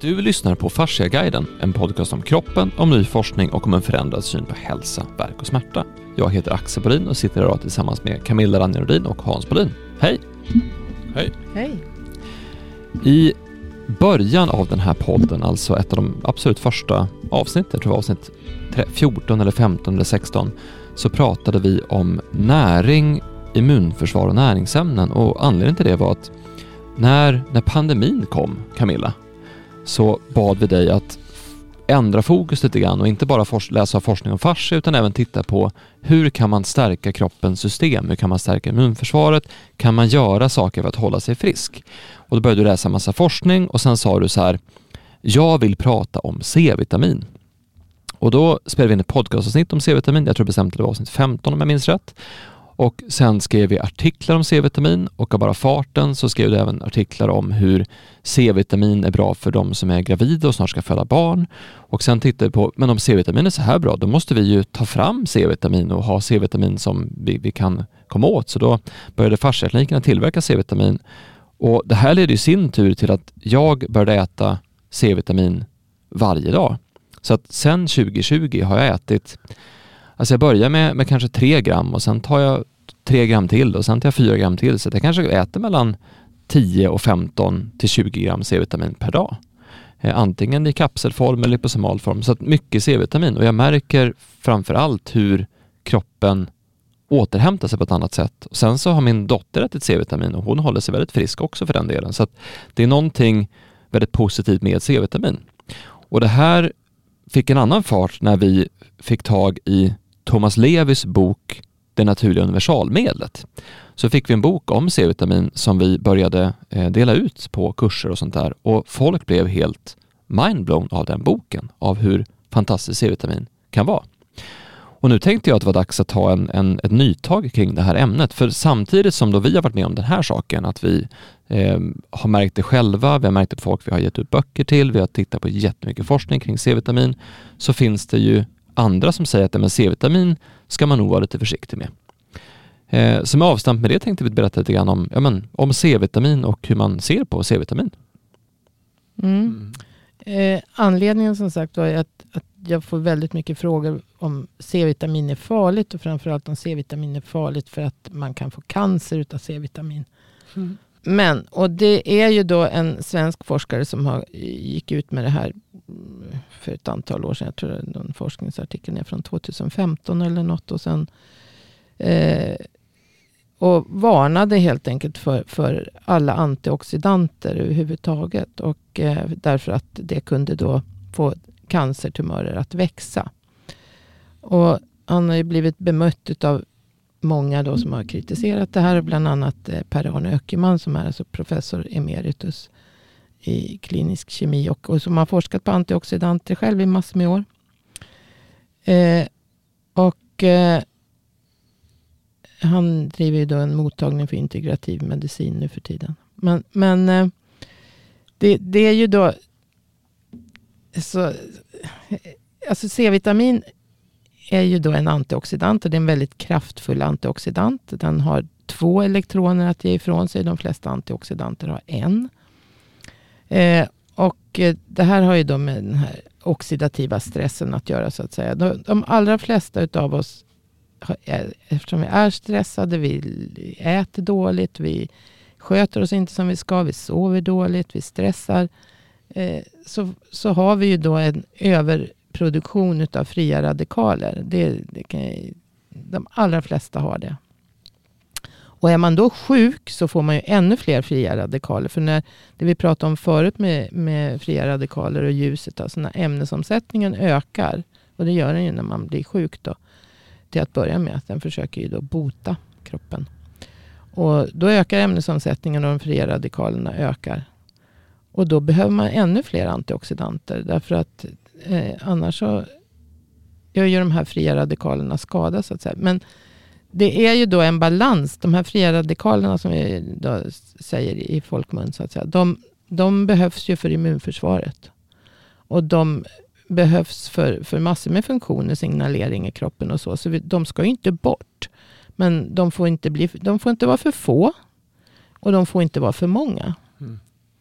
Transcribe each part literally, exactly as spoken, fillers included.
Du lyssnar på Fasciaguiden, en podcast om kroppen, om ny forskning och om en förändrad syn på hälsa, värk och smärta. Jag heter Axel Bolin och sitter idag tillsammans med Camilla Ranjerodin och Hans Bolin. Hej! Hej! Hej! I början av den här podden, alltså ett av de absolut första avsnitten, jag tror det var avsnitt fjorton eller femton eller sexton, så pratade vi om näring, immunförsvar och näringsämnen. Och anledningen till det var att när, när pandemin kom, Camilla, så bad vi dig att ändra fokus lite grann och inte bara for- läsa forskning om fascia utan även titta på hur kan man stärka kroppens system, hur kan man stärka immunförsvaret, kan man göra saker för att hålla sig frisk. Och då började du läsa en massa forskning och sen sa du så här: jag vill prata om C-vitamin. Och då spelade vi in ett podcastavsnitt om C-vitamin, jag tror bestämt det var avsnitt femton om jag minns rätt. Och sen skrev vi artiklar om C-vitamin och av bara farten så skrev du även artiklar om hur C-vitamin är bra för de som är gravida och snart ska föda barn. Och sen tittade vi på, men om C-vitamin är så här bra, då måste vi ju ta fram C-vitamin och ha C-vitamin som vi, vi kan komma åt. Så då började fasciaklinikerna tillverka C-vitamin. Och det här ledde i sin tur till att jag började äta C-vitamin varje dag. Så att sen tjugo tjugo har jag ätit, alltså jag börjar med, med kanske tre gram och sen tar jag tre gram till och sen tar jag fyra gram till. Så jag kanske äter mellan tio och femton till tjugo gram C-vitamin per dag. Eh, antingen i kapselform eller liposomal form. Så att mycket C-vitamin. Och jag märker framförallt hur kroppen återhämtar sig på ett annat sätt. Och sen så har min dotter ätit C-vitamin och hon håller sig väldigt frisk också för den delen. Så att det är någonting väldigt positivt med C-vitamin. Och det här fick en annan fart när vi fick tag i Thomas Levis bok Det naturliga universalmedlet. Så fick vi en bok om C-vitamin som vi började eh, dela ut på kurser och sånt där. Och folk blev helt mindblown av den boken, av hur fantastiskt C-vitamin kan vara. Och nu tänkte jag att det var dags att ta en, en, ett nytag kring det här ämnet. För samtidigt som då vi har varit med om den här saken, att vi eh, har märkt det själva, vi har märkt det på folk vi har gett ut böcker till, vi har tittat på jättemycket forskning kring C-vitamin, så finns det ju andra som säger att med C-vitamin ska man nog vara lite försiktig med. Eh, så med avstamp med det tänkte vi berätta lite grann om, ja, men, om C-vitamin och hur man ser på C-vitamin. Mm. Eh, anledningen som sagt var att, att jag får väldigt mycket frågor om C-vitamin är farligt och framförallt om C-vitamin är farligt för att man kan få cancer utav C-vitamin. Mm. Men, och det är ju då en svensk forskare som har gick ut med det här för ett antal år sedan. Jag tror att någon forskningsartikel är från tjugohundrafemton eller något. Och sen eh, och varnade helt enkelt för, för alla antioxidanter överhuvudtaget. Och eh, därför att det kunde då få cancertumörer att växa. Och han har ju blivit bemött av många då som har kritiserat det här. Bland annat eh, Per-Arne Öckerman som är alltså professor emeritus i klinisk kemi och, och som har forskat på antioxidanter själv i massor med år. Eh, och eh, han driver ju då en mottagning för integrativ medicin nu för tiden. Men, men eh, det, det är ju då så, alltså C-vitamin är ju då en antioxidant och det är en väldigt kraftfull antioxidant. Den har två elektroner att ge ifrån sig. De flesta antioxidanter har en. Eh, och det här har ju då med den här oxidativa stressen att göra så att säga. De, de allra flesta utav oss, eftersom vi är stressade, vi äter dåligt, vi sköter oss inte som vi ska, vi sover dåligt, vi stressar. Eh, så, så har vi ju då en överproduktion utav fria radikaler. Det, det kan, de allra flesta har det. Och är man då sjuk så får man ju ännu fler fria radikaler. För när det vi pratade om förut med, med fria radikaler och ljuset, alltså när ämnesomsättningen ökar, och det gör den ju när man blir sjuk då, till att börja med att den försöker ju då bota kroppen. Och då ökar ämnesomsättningen och de fria radikalerna ökar. Och då behöver man ännu fler antioxidanter. Därför att eh, annars så gör ju de här fria radikalerna skada så att säga. Men det är ju då en balans. De här fria radikalerna som vi då säger i folkmun så att säga. De, de behövs ju för immunförsvaret. Och de behövs för, för massor med funktioner, signalering i kroppen och så. Så vi, de ska ju inte bort. Men de får inte bli, de får inte vara för få. Och de får inte vara för många. Mm.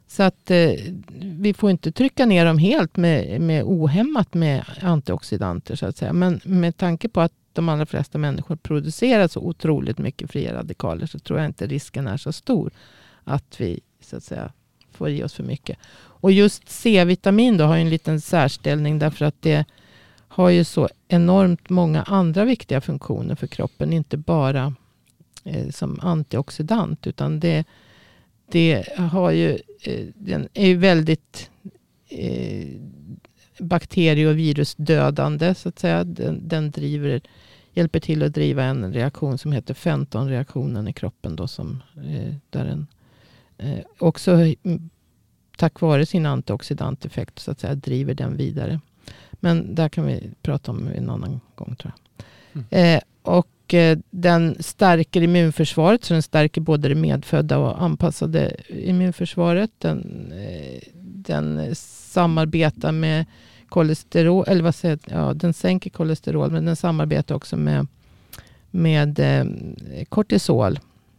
Så att eh, vi får inte trycka ner dem helt med, med ohämmat med antioxidanter så att säga. Men med tanke på att de allra flesta människor producerar så otroligt mycket fria radikaler så tror jag inte risken är så stor att vi så att säga får i oss för mycket. Och just C-vitamin då har ju en liten särställning därför att det har ju så enormt många andra viktiga funktioner för kroppen. Inte bara eh, som antioxidant utan det, det har ju, eh, den är ju väldigt eh, bakterie- och virusdödande så att säga. Den, den driver, hjälper till att driva en reaktion som heter Fenton-reaktionen i kroppen då som eh, där den eh, också tack vare sin antioxidanteffekt så att säga driver den vidare. Men där kan vi prata om en annan gång tror jag. Mm. Eh, och eh, den stärker immunförsvaret så den stärker både det medfödda och anpassade immunförsvaret. Den, eh, den samarbetar med kolesterol, eller vad säger jag, ja, den sänker kolesterol men den samarbetar också med, med eh, kortisol.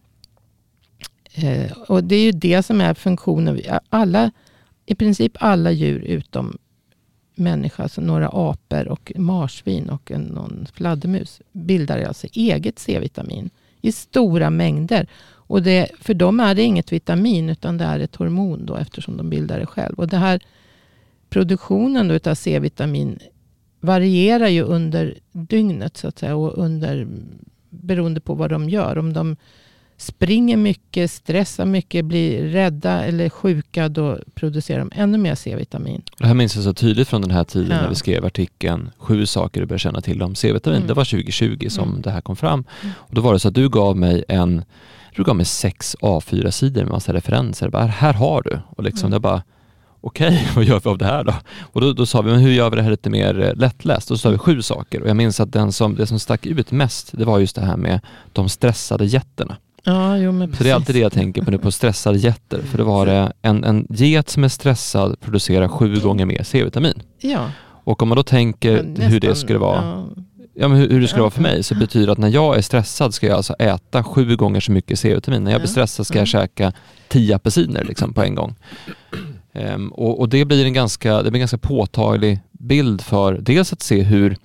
Eh, och det är ju det som är funktionen. Alla, i princip alla djur utom människa, alltså några apor och marsvin och en, någon fladdermus bildar alltså eget C-vitamin i stora mängder. Och det, för dem är det inget vitamin utan det är ett hormon då eftersom de bildar det själv. Och det här produktionen då av C-vitamin varierar ju under dygnet så att säga och under, beroende på vad de gör. Om de springer mycket, stressar mycket, blir rädda eller sjuka, då producerar de ännu mer C-vitamin. Det här minns jag så tydligt från den här tiden ja. när vi skrev artikeln Sju saker du bör känna till om C-vitamin. Mm. Det var tjugo tjugo som mm. det här kom fram. Mm. Och då var det så att du gav mig en du gav mig sex A fyra sidor med massa referenser. Bara, här har du. Och liksom mm. det bara, okej, okay, vad gör vi av det här då? Och då, då sa vi, men hur gör vi det här lite mer lättläst? Då sa vi sju saker. Och jag minns att den som, det som stack ut mest, det var just det här med de stressade getterna. Ja, jo, men så det är alltid det jag tänker på nu, på stressade getter. För det var det, en, en get som är stressad producerar sju gånger mer C-vitamin. Ja. Och om man då tänker nästan, hur det skulle vara ja. Ja, men hur, hur det skulle ja. vara för mig, så betyder att när jag är stressad ska jag alltså äta sju gånger så mycket C-vitamin. När jag blir stressad ska jag mm. käka tio apelsiner liksom, på en gång. Um, och, och det blir en ganska, det blir en ganska påtaglig bild för dels att se hur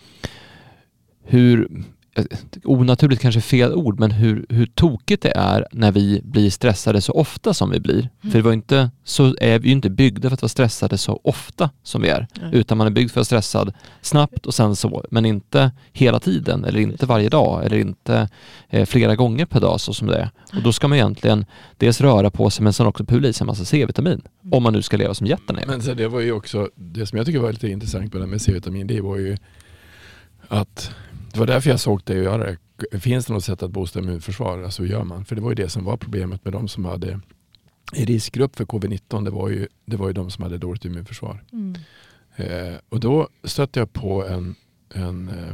hur onaturligt kanske fel ord, men hur, hur tokigt det är när vi blir stressade så ofta som vi blir. Mm. För det var inte, så är vi ju inte byggda för att vara stressade så ofta som vi är. Mm. Utan man är byggd för att vara stressad snabbt och sen så, men inte hela tiden eller inte varje dag eller inte eh, flera gånger per dag så som det är. Och då ska man egentligen dels röra på sig men sen också pula i sig en massa C-vitamin. Mm. Om man nu ska leva som jättarna. Men så det var ju också, det som jag tycker var lite intressant med det med C-vitamin, det var ju att det var därför jag såg det att göra det. Finns det något sätt att boosta immunförsvar? Alltså gör man. För det var ju det som var problemet med de som hade i riskgrupp för covid nitton. Det var ju, det var ju de som hade dåligt immunförsvar. Mm. Eh, och då stötte jag på en, en, eh,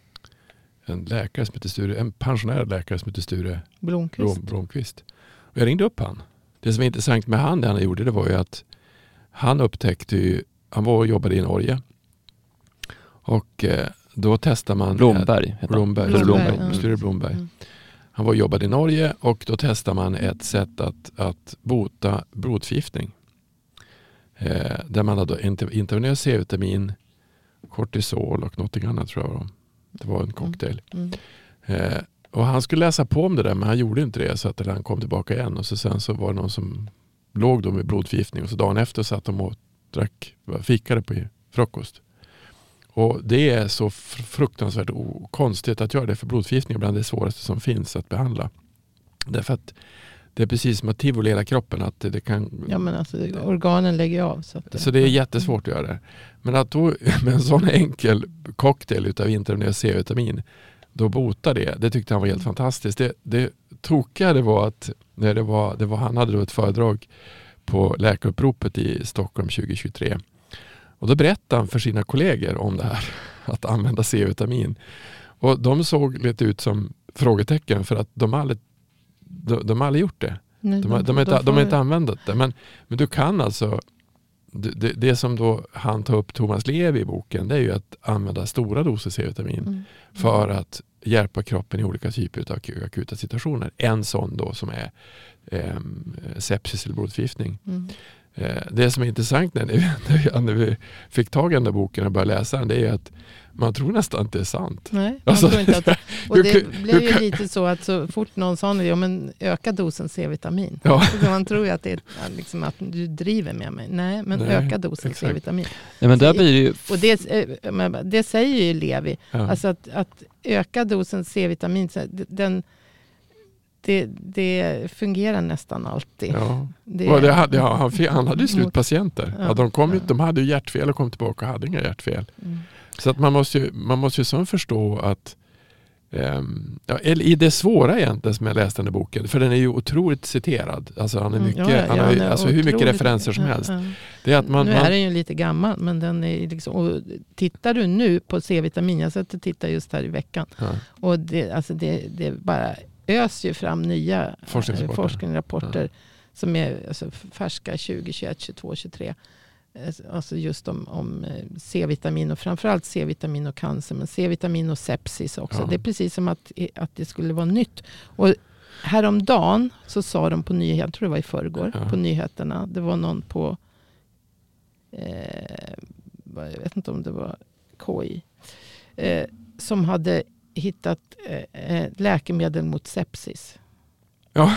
en läkare som heter Sture, en pensionerad läkare som heter Sture Blomqvist. Blomqvist. Och jag ringde upp han. Det som var intressant med han, det han gjorde, det var ju att han upptäckte ju, han var och jobbade i Norge. Och eh, då testar man Blomberg, ett, Blomberg, Blomberg, Blomberg, mm. Sture Blomberg. Mm. Han var och jobbade i Norge och då testar man ett sätt att, att bota blodförgiftning. Eh, där man hade intravenös C-vitamin, kortisol och något annat tror jag. Det var en cocktail. Mm. Mm. Eh, och han skulle läsa på om det där men han gjorde inte det så att han kom tillbaka igen och så sen så var det någon som låg då med blodförgiftning och så dagen efter satt de och drack, fikade på frukost. Och det är så fruktansvärt konstigt att göra det, för blodförgiftning är bland det svåraste som finns att behandla. Därför att det är precis som att tivolera kroppen. Att det, det kan, ja, men alltså organen lägger av. Så, att det, så det är jättesvårt att göra det. Men att då med en sån enkel cocktail utav intravenös C-vitamin då botar det. Det tyckte han var helt mm. fantastiskt. Det, det tokiga det var att när det var, det var, han hade då ett föredrag på läkaruppropet i Stockholm tjugo tjugotre. Och då berättade han för sina kollegor om det här, att använda C-vitamin. Och de såg lite ut som frågetecken för att de har aldrig, de, de har aldrig gjort det. Nej, de, de, de, de, de har inte använt det. Men, men du kan alltså, det, det som då han tar upp Thomas Levi i boken, det är ju att använda stora doser C-vitamin mm. för att hjälpa kroppen i olika typer av akuta situationer. En sån då som är eh, sepsis eller blodförgiftning. Mm. eh, det som är intressant när, ni, när vi fick tag i den där boken och började läsa den, det är att man tror nästan inte det är sant. Nej, man alltså, tror inte att, och det hur, blev ju hur, lite så att så fort någon sa ja, men öka dosen C-vitamin. Ja. Så man tror ju att det är liksom att du driver med mig. Nej, men Nej, öka dosen exakt. C-vitamin. Ja, men där blir det ju... Och det, det säger ju Levi. Ja. Alltså att, att öka dosen C-vitamin, den, det, det fungerar nästan alltid. Ja. Det, Och det hade, ja, han, han hade ju slutpatienter. Ja. Ja, de, kom ju, Ja. de hade ju hjärtfel och kom tillbaka och hade inga hjärtfel. Mm. Så att man måste ju, man måste ju så förstå att um, ja, eller i det svåra egentligen som jag läste den här boken, för den är ju otroligt citerad. Alltså han är mycket, Mm, ja, ja, han har ju, ja, alltså hur mycket otroligt. referenser som Ja, helst. ja. Det är att man, nu man, är den ju lite gammal, men den är liksom, och tittar du nu på C-vitamin, jag satt och tittade just här i veckan, ja, och det, alltså det, det bara öser ju fram nya Forskningsrapporter. forskningsrapporter ja. som är alltså, färska tjugo tjugoett, tjugotvå, tjugotre. Alltså just om, om C-vitamin och framförallt C-vitamin och cancer, men C-vitamin och sepsis också. Ja. Det är precis som att, att det skulle vara nytt. Och häromdagen så sa de på nyheterna, jag tror det var i förrgår, ja. på nyheterna, det var någon på eh, jag vet inte om det var K I eh, som hade hittat eh, läkemedel mot sepsis. Ja.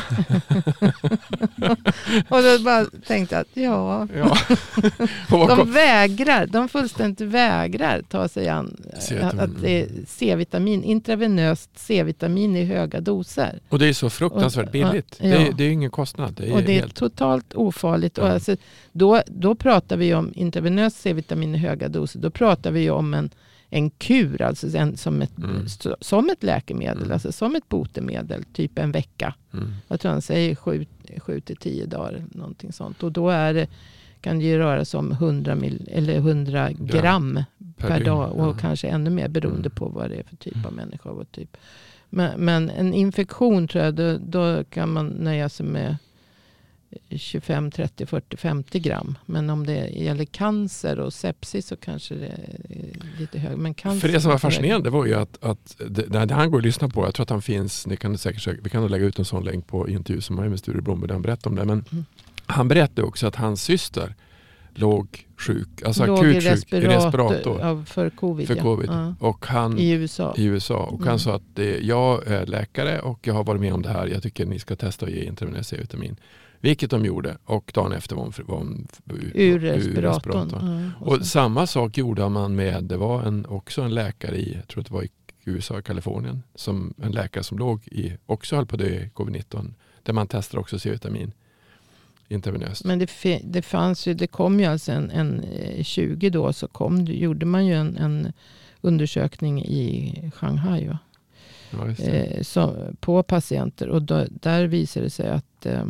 Och då bara tänkte jag att ja, ja. Och vad de kom- vägrar, de fullständigt vägrar ta sig an C-vitamin. att det är C-vitamin, intravenöst C-vitamin i höga doser. och det är så fruktansvärt Och- billigt. ja. Det, är, det är ingen kostnad. Det är Och det är helt, totalt ofarligt. Ja. Och alltså, då, då pratar vi om intravenöst C-vitamin i höga doser. Då pratar vi om en, en kur, alltså en, som, ett, Mm. st- som ett läkemedel, Mm. alltså som ett botemedel, typ en vecka. mm. Jag tror han säger sju, sju till tio dagar, någonting sånt. Och då är det, kan det ju röra sig om hundra, mil, eller hundra gram per, Per dygn, dag och ja. kanske ännu mer beroende Mm. på vad det är för typ av människa. Och typ. Men, men en infektion tror jag, då, då kan man nöja sig med tjugofem, trettio, fyrtio, femtio gram. Men om det gäller cancer och sepsis så kanske det är lite högre. Men cancer, För det som var fascinerande var ju att, att det, det han går och lyssnar på, jag tror att han finns, ni kan säkert, vi kan nog lägga ut en sån länk på intervju som har med Sture Blomberg där han berättar om det. Men Mm. han berättade också att hans syster låg sjuk, alltså låg akut i sjuk i respirator, respirator ja, för covid. för ja. covid. Ja. Och han, I U S A. i U S A. Och Mm. han sa att det, jag är läkare och jag har varit med om det här. Jag tycker ni ska testa att ge intravenös C-vitamin. Vilket de gjorde. Och dagen efter var hon, var hon ur, Ur ur respiratorn. respiratorn. Ja, Och så. samma sak gjorde man med, det var en, också en läkare i, jag tror att det var i U S A, i Kalifornien, som en läkare som låg i, också höll på det i covid nitton, där man testade också C-vitamin intravenöst. Men det, fi- det fanns ju, det kom ju alltså en, en eh, tjugo då, så kom, gjorde man ju en, en undersökning i Shanghai, va? Ja, just det. Eh, så, på patienter, och då, där visade det sig att eh,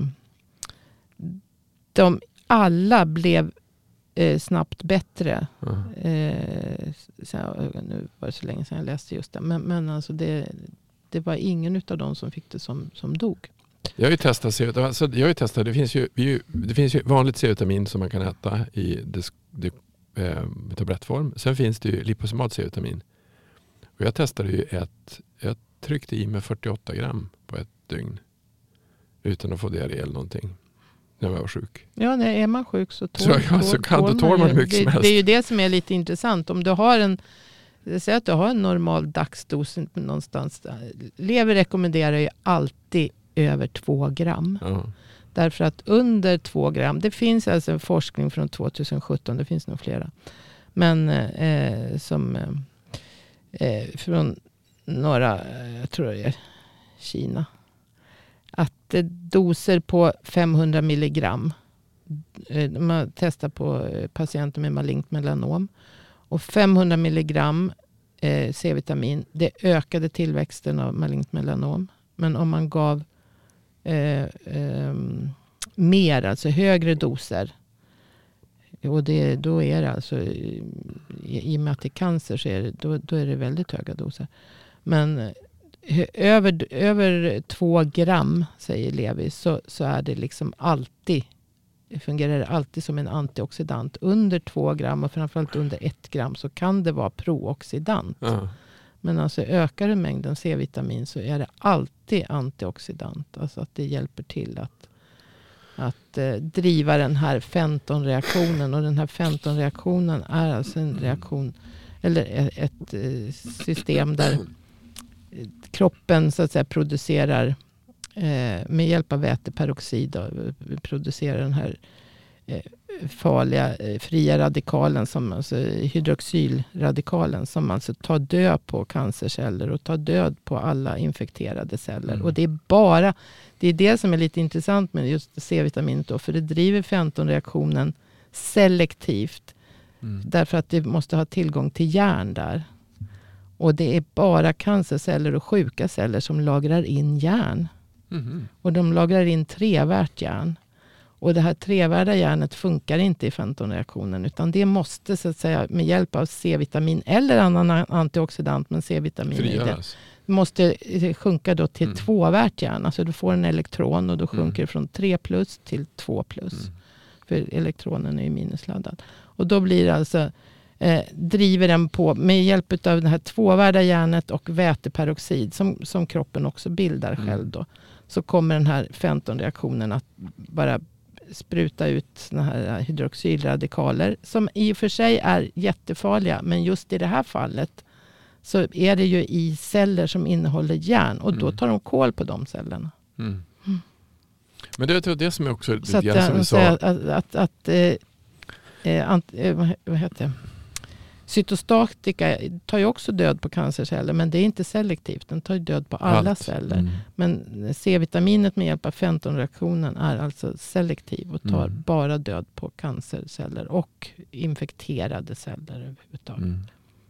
de alla blev eh, snabbt bättre. Ja. Eh, så, nu var det så länge sedan jag läste just det, men, men alltså det, det var ingen av dem som fick det som, som dog. Jag har ju testat C-vitamin. Alltså, jag har ju testat, det finns ju, vi- det finns ju vanligt C-vitamin som man kan äta i det, det, eh, tablettform. Sen finns det ju liposomat C-vitamin. Och jag testade ju ett, jag tryckte i mig fyrtioåtta gram på ett dygn. Utan att få diarré eller någonting. När jag var sjuk. Ja, när är man sjuk så tål, Så, ja, så kan- då tål man ju- hur mycket det, som helst. det är ju det som är lite intressant. Om du har en, säg att du har en normal dagsdos någonstans. Lever rekommenderar ju alltid över två gram. Ja. Därför att under två gram, det finns alltså en forskning från tjugosjutton, det finns nog flera. Men eh, som eh, från några, jag tror det är Kina. Att eh, doser på femhundra milligram. Eh, man testar på eh, patienter med malignt melanom. Och femhundra milligram eh, C-vitamin, det ökade tillväxten av malignt melanom. Men om man gav eh, eh, mer, alltså högre doser. Och det, då är det alltså, i, i och med att det är cancer så är det, då, då är det väldigt höga doser. Men eh, över, över två gram, säger Levi, så, så är det liksom alltid, det fungerar alltid som en antioxidant. Under två gram och framförallt under ett gram så kan det vara prooxidant. Ja. Men alltså ökar du mängden C-vitamin så är det alltid antioxidant. Alltså att det hjälper till att, att eh, driva den här Fenton-reaktionen. Och den här Fenton-reaktionen är alltså en reaktion eller ett, ett eh, system där kroppen så att säga producerar eh, med hjälp av väteperoxid och producerar den här eh, farliga eh, fria radikalen som alltså hydroxylradikalen som alltså tar död på cancerceller och tar död på alla infekterade celler. Mm. Och det är bara det är det som är lite intressant med just C-vitaminet då, för det driver Fenton-reaktionen selektivt. Mm. Därför att det måste ha tillgång till järn där. Och det är bara cancerceller och sjuka celler som lagrar in järn. Mm. Och de lagrar in trevärt järn. Och det här trevärda järnet funkar inte i Fenton-reaktionen. Utan det måste så att säga med hjälp av C-vitamin eller annan antioxidant, men C-vitamin i det, måste sjunka då till mm. tvåvärt järn. Alltså du får en elektron och då sjunker det mm. från tre plus till två plus. Mm. För elektronen är ju minusladdad. Och då blir det alltså Eh, driver den på med hjälp av det här tvåvärda järnet och väteperoxid som, som kroppen också bildar mm. själv då. Så kommer den här Fenton-reaktionen att bara spruta ut såna här hydroxylradikaler som i och för sig är jättefarliga, men just i det här fallet så är det ju i celler som innehåller järn och då tar de kål på de cellerna. Mm. Mm. Men det är det som är också så att, det som vi sa. Att, att, att, att eh, eh, ant, eh, vad heter det? Cytostatika tar ju också död på cancerceller, men det är inte selektivt. Den tar ju död på alla Allt. celler. Mm. Men C-vitaminet med hjälp av Fenton-reaktionen är alltså selektiv och tar mm. bara död på cancerceller och infekterade celler överhuvudtaget. Mm.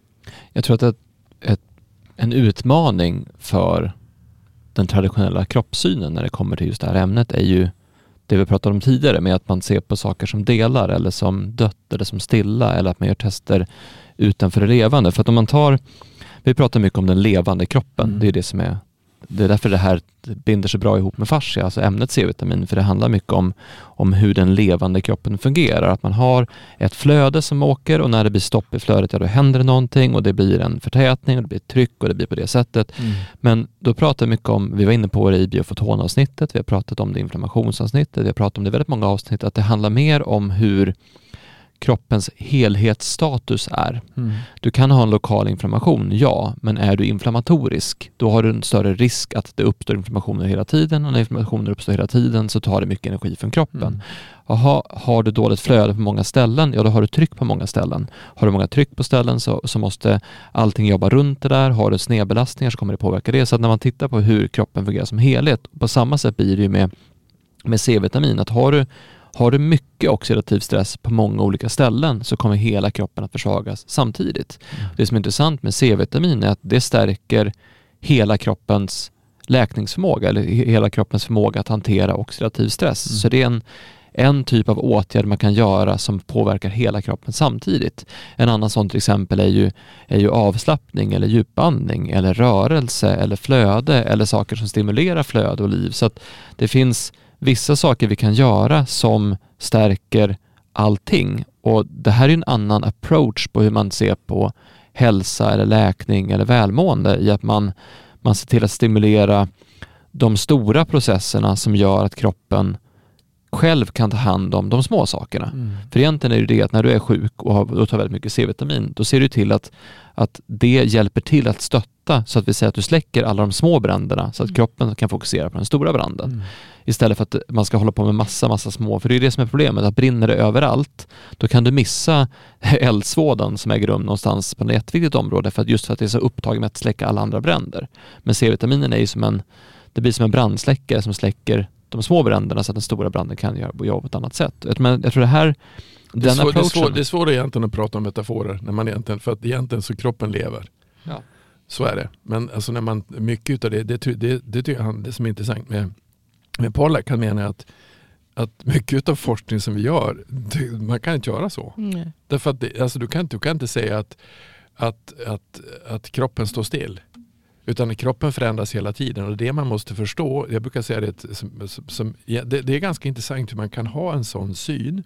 Jag tror att ett, ett, en utmaning för den traditionella kroppssynen när det kommer till just det här ämnet är ju det vi pratade om tidigare med att man ser på saker som delar eller som dött eller som stilla eller att man gör tester utanför det levande. För att om man tar, vi pratar mycket om den levande kroppen, mm. det är det som är, det är därför det här binder så bra ihop med fascia, alltså ämnet C-vitamin, för det handlar mycket om, om hur den levande kroppen fungerar. Att man har ett flöde som åker och när det blir stopp i flödet, ja då händer det någonting och det blir en förtätning och det blir ett tryck och det blir på det sättet. Mm. Men då pratar vi mycket om, vi var inne på det i biofotonavsnittet, vi har pratat om det i inflammationsavsnittet, vi har pratat om det i väldigt många avsnitt, att det handlar mer om hur kroppens helhetsstatus är. Mm. Du kan ha en lokal inflammation, ja, men är du inflammatorisk, då har du en större risk att det uppstår inflammationer hela tiden, och när inflammationer uppstår hela tiden så tar det mycket energi från kroppen. Mm. Aha, har du dåligt flöde på många ställen, ja då har du tryck på många ställen. Har du många tryck på ställen så, så måste allting jobba runt det där. Har du snedbelastningar så kommer det påverka det. Så att när man tittar på hur kroppen fungerar som helhet, på samma sätt blir det ju med, med C-vitamin, att har du Har du mycket oxidativ stress på många olika ställen så kommer hela kroppen att försvagas samtidigt. Mm. Det som är intressant med C-vitamin är att det stärker hela kroppens läkningsförmåga eller hela kroppens förmåga att hantera oxidativ stress. Mm. Så det är en, en typ av åtgärd man kan göra som påverkar hela kroppen samtidigt. En annan sån till exempel är ju, är ju avslappning eller djupandning eller rörelse eller flöde eller saker som stimulerar flöde och liv. Så att det finns vissa saker vi kan göra som stärker allting. Och det här är en annan approach på hur man ser på hälsa eller läkning eller välmående, i att man, man ser till att stimulera de stora processerna som gör att kroppen själv kan ta hand om de små sakerna. Mm. För egentligen är det det att när du är sjuk och har, och tar väldigt mycket C-vitamin, då ser du till att, att det hjälper till att stötta, så att vi säger att du släcker alla de små bränderna så att mm. kroppen kan fokusera på den stora branden. Mm. Istället för att man ska hålla på med massa, massa små, för det är det som är problemet, att brinner det överallt, då kan du missa eldsvådan som äger rum någonstans på ett jätteviktigt område, för att just för att det är så upptaget med att släcka alla andra bränder. Men C-vitaminen är ju som en, det blir som en brandsläckare som släcker de små bränderna så att den stora branden kan göra jobb på ett annat sätt. Men jag tror det här, det är, svår, det, är svår, det är svårt egentligen att prata om metaforer när man egentligen, för att egentligen så kroppen lever. Ja. Så är det. Men alltså när man, mycket av det, det, det, det, det tycker han, det som är intressant med, med Pollack, kan mena att, att mycket av forskning som vi gör, det, man kan inte göra så. Mm. Därför att det, alltså du, kan, du kan inte säga att, att, att, att kroppen står still. Utan kroppen förändras hela tiden, och det man måste förstå, jag brukar säga det, som, som, det, det är ganska intressant hur man kan ha en sån syn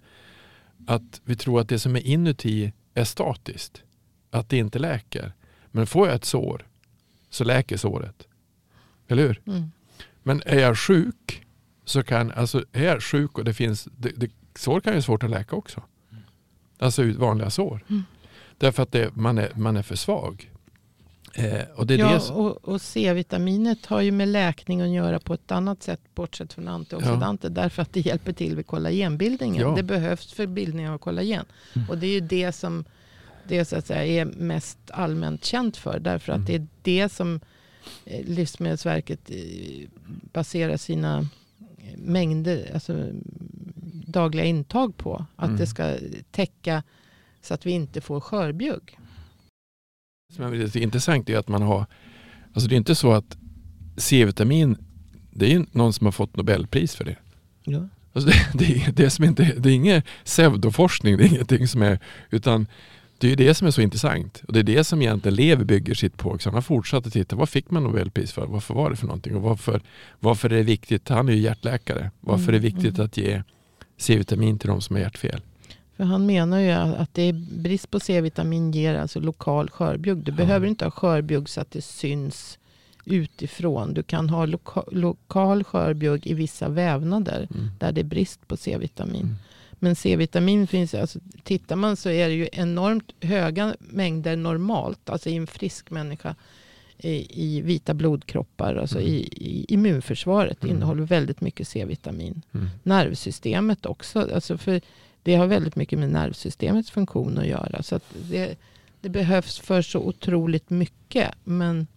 att vi tror att det som är inuti är statiskt, att det inte läker. Men får jag ett sår så läker såret. Eller hur? Mm. Men är jag sjuk så kan, alltså är jag sjuk och det finns, det, det, sår kan ju vara svårt att läka också. Alltså vanliga sår. Mm. Därför att det, man, är, man är för svag. Eh, och det är ja, det som... och, och C-vitaminet har ju med läkning att göra på ett annat sätt, bortsett från antioxidanter, ja. Därför att det hjälper till vid kollagenbildningen. Ja. Det behövs för bildning av kollagen. Mm. Och det är ju det som det så att säga är mest allmänt känt för, därför att mm. det är det som Livsmedelsverket baserar sina mängder, alltså dagliga intag på. Att mm. det ska täcka så att vi inte får skörbjugg. Det som är lite intressant är att man har, alltså det är inte så att C-vitamin, det är ju någon som har fått Nobelpris för det. Ja. Alltså det, det, det, är som inte, det är ingen pseudoforskning, det är ingenting som är, utan det är ju det som är så intressant. Och det är det som egentligen Levi bygger sitt på. Så han har fortsatt att titta, vad fick man Nobelpris för? Varför var det för någonting? Och varför, varför är det viktigt? Han är ju hjärtläkare. Varför mm, är det viktigt mm. att ge C-vitamin till de som har hjärtfel? För han menar ju att det är brist på C-vitamin ger alltså lokal skörbjugg. Du ja. behöver inte ha skörbjugg så att det syns utifrån. Du kan ha loka- lokal skörbjugg i vissa vävnader mm. där det är brist på C-vitamin. Mm. Men C-vitamin finns, alltså tittar man så är det ju enormt höga mängder normalt, alltså i en frisk människa i, i vita blodkroppar, alltså mm. i, i immunförsvaret mm. innehåller väldigt mycket C-vitamin. Mm. Nervsystemet också, alltså för det har väldigt mycket med nervsystemets funktion att göra, så att det, det behövs för så otroligt mycket, men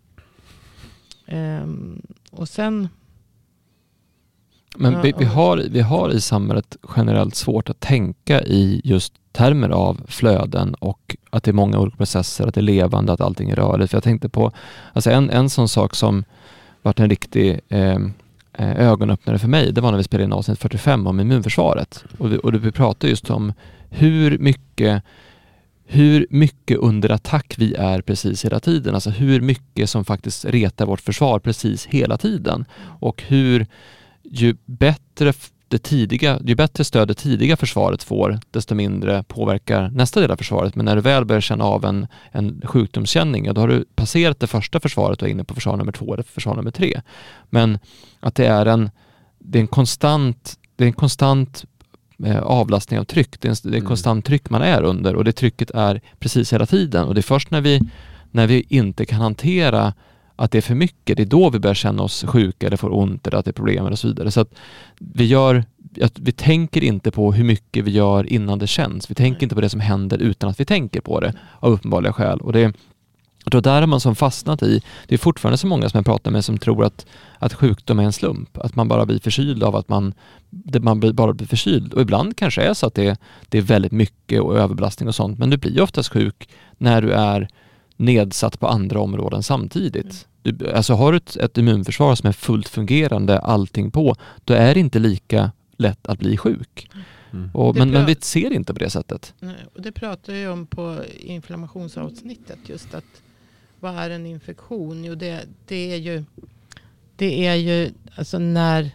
um, och sen Men vi, vi, har, vi har i samhället generellt svårt att tänka i just termer av flöden och att det är många olika processer, att det är levande, att allting är rörligt. För jag tänkte på alltså en, en sån sak som varit en riktig eh, ögonöppnare för mig, det var när vi spelade in avsnitt fyrtiofem om immunförsvaret. Och vi, och vi pratade just om hur mycket hur mycket under attack vi är precis hela tiden. Alltså hur mycket som faktiskt retar vårt försvar precis hela tiden. Och hur ju bättre det tidiga, ju bättre stöd det tidiga försvaret får, desto mindre påverkar nästa del av försvaret. Men när du väl börjar känna av en, en sjukdomskänning, då har du passerat det första försvaret och är inne på försvar nummer två eller försvar nummer tre. Men att det är en, det är en konstant, det är en konstant eh, avlastning av tryck. Det är en, det är en konstant tryck man är under, och det trycket är precis hela tiden. Och det är först när vi, när vi inte kan hantera att det är för mycket, det är då vi börjar känna oss sjuka eller får ont eller att det är problem och så vidare. Så att vi gör, att vi tänker inte på hur mycket vi gör innan det känns. Vi tänker inte på det som händer utan att vi tänker på det av uppenbarliga skäl. Och det och då där är man som fastnat i, det är fortfarande så många som jag pratar med som tror att, att sjukdom är en slump. Att man bara blir förkyld av att man, det, man blir, bara blir förkyld. Och ibland kanske är så att det, det är väldigt mycket och överbelastning och sånt. Men du blir ju oftast sjuk när du är nedsatt på andra områden samtidigt. Du, alltså har du ett, ett immunförsvar som är fullt fungerande, allting på, då är det inte lika lätt att bli sjuk. Mm. Och, men, pra- men vi ser inte på det sättet. Nej, och det pratar jag om på inflammationsavsnittet, just att vad är en infektion? Jo, det, det är ju det är ju alltså när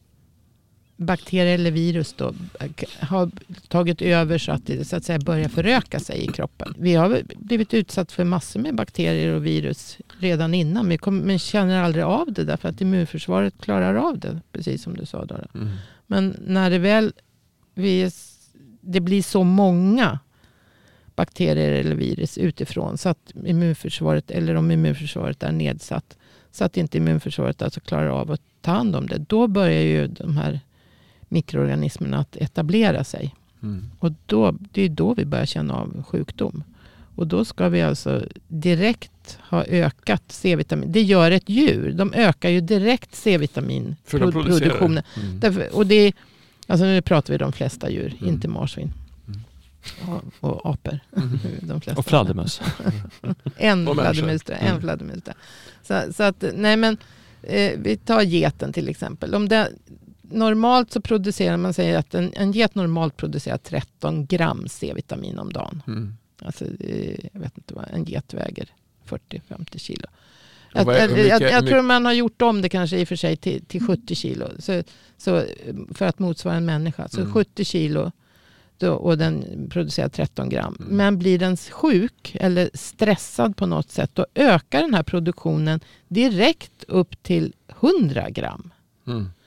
bakterier eller virus då har tagit över så att det så att säga börjar föröka sig i kroppen. Vi har blivit utsatt för massor med bakterier och virus redan innan, men, kom, men känner aldrig av det därför att immunförsvaret klarar av det, precis som du sa då. Mm. Men när det väl vi, det blir så många bakterier eller virus utifrån så att immunförsvaret, eller om immunförsvaret är nedsatt, så att inte immunförsvaret alltså klarar av att ta hand om det, då börjar ju de här mikroorganismerna att etablera sig. Mm. Och då, det är då vi börjar känna av sjukdom. Och då ska vi alltså direkt ha ökat C-vitamin. Det gör ett djur. De ökar ju direkt C-vitaminproduktionen. Mm. Därför, och det, alltså nu pratar vi de flesta djur, mm. inte marsvin. Mm. Och, och apor. Mm. De flesta. Och fladdermöss. en fladdermus. En fladdermus. Så, så att, nej men, eh, vi tar geten till exempel. Om det normalt så producerar man säger att en, en get normalt producerar tretton gram C-vitamin om dagen. Mm. Alltså, jag vet inte vad, en get väger fyrtio till femtio kilo. Jag, jag, mycket, jag, jag tror man har gjort om det kanske i och för sig till, till sjuttio kilo. Så, så för att motsvara en människa. Så mm. sjuttio kilo då, och den producerar tretton gram. Mm. Men blir den sjuk eller stressad på något sätt, då ökar den här produktionen direkt upp till hundra gram. Mm.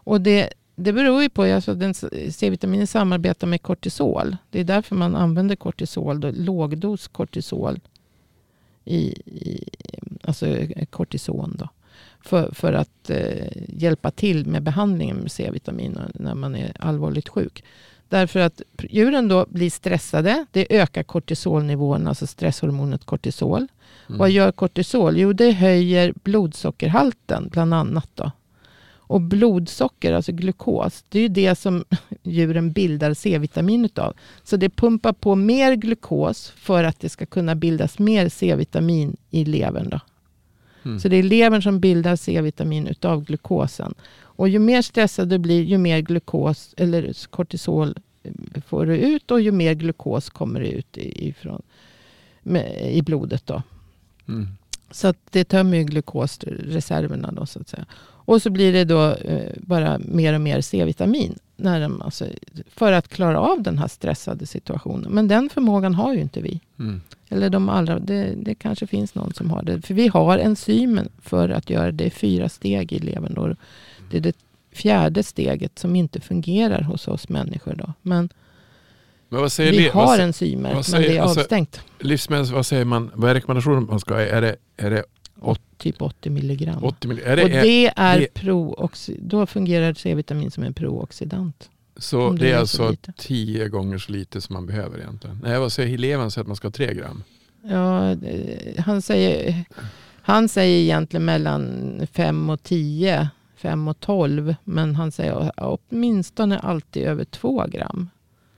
Och det, det beror ju på, alltså den C-vitaminen samarbetar med kortisol. Det är därför man använder kortisol, då, lågdos kortisol i, i alltså kortison då. För, för att eh, hjälpa till med behandlingen med C-vitamin när man är allvarligt sjuk. Därför att djuren då blir stressade. Det ökar kortisolnivån, alltså stresshormonet kortisol. Mm. Vad gör kortisol? Jo, det höjer blodsockerhalten bland annat då. Och blodsocker, alltså glukos, det är ju det som djuren bildar C-vitamin utav. Så det pumpar på mer glukos för att det ska kunna bildas mer C-vitamin i levern då. Mm. Så det är levern som bildar C-vitamin utav glukosen. Och ju mer stressad du blir, ju mer glukos eller kortisol får du ut och ju mer glukos kommer det ut ifrån, med, i blodet då. Mm. Så att det tömmer ju glukosreserverna då så att säga. Och så blir det då eh, bara mer och mer C-vitamin när de, alltså, för att klara av den här stressade situationen. Men den förmågan har ju inte vi. Mm. Eller de allra, det, det kanske finns någon som har det. För vi har enzymen för att göra det, fyra steg i levern då. Det är det fjärde steget som inte fungerar hos oss människor då. Men, men vad säger vi li- har vad, enzymer, vad säger, men det är alltså, avstängt. Livsmedels, vad säger man? Vad är rekommendationen man ska ha? Är det, är det åt, typ åttio milligram. åttio milligram. Är det, och det är det, prooxi- då fungerar C-vitamin som en prooxidant. Så det är, är alltså tio gånger så lite som man behöver egentligen. Nej, vad säger Helén säger att man ska ha tre gram? Ja, han säger, han säger egentligen mellan fem och tio, fem och tolv. Men han säger åtminstone alltid över två gram.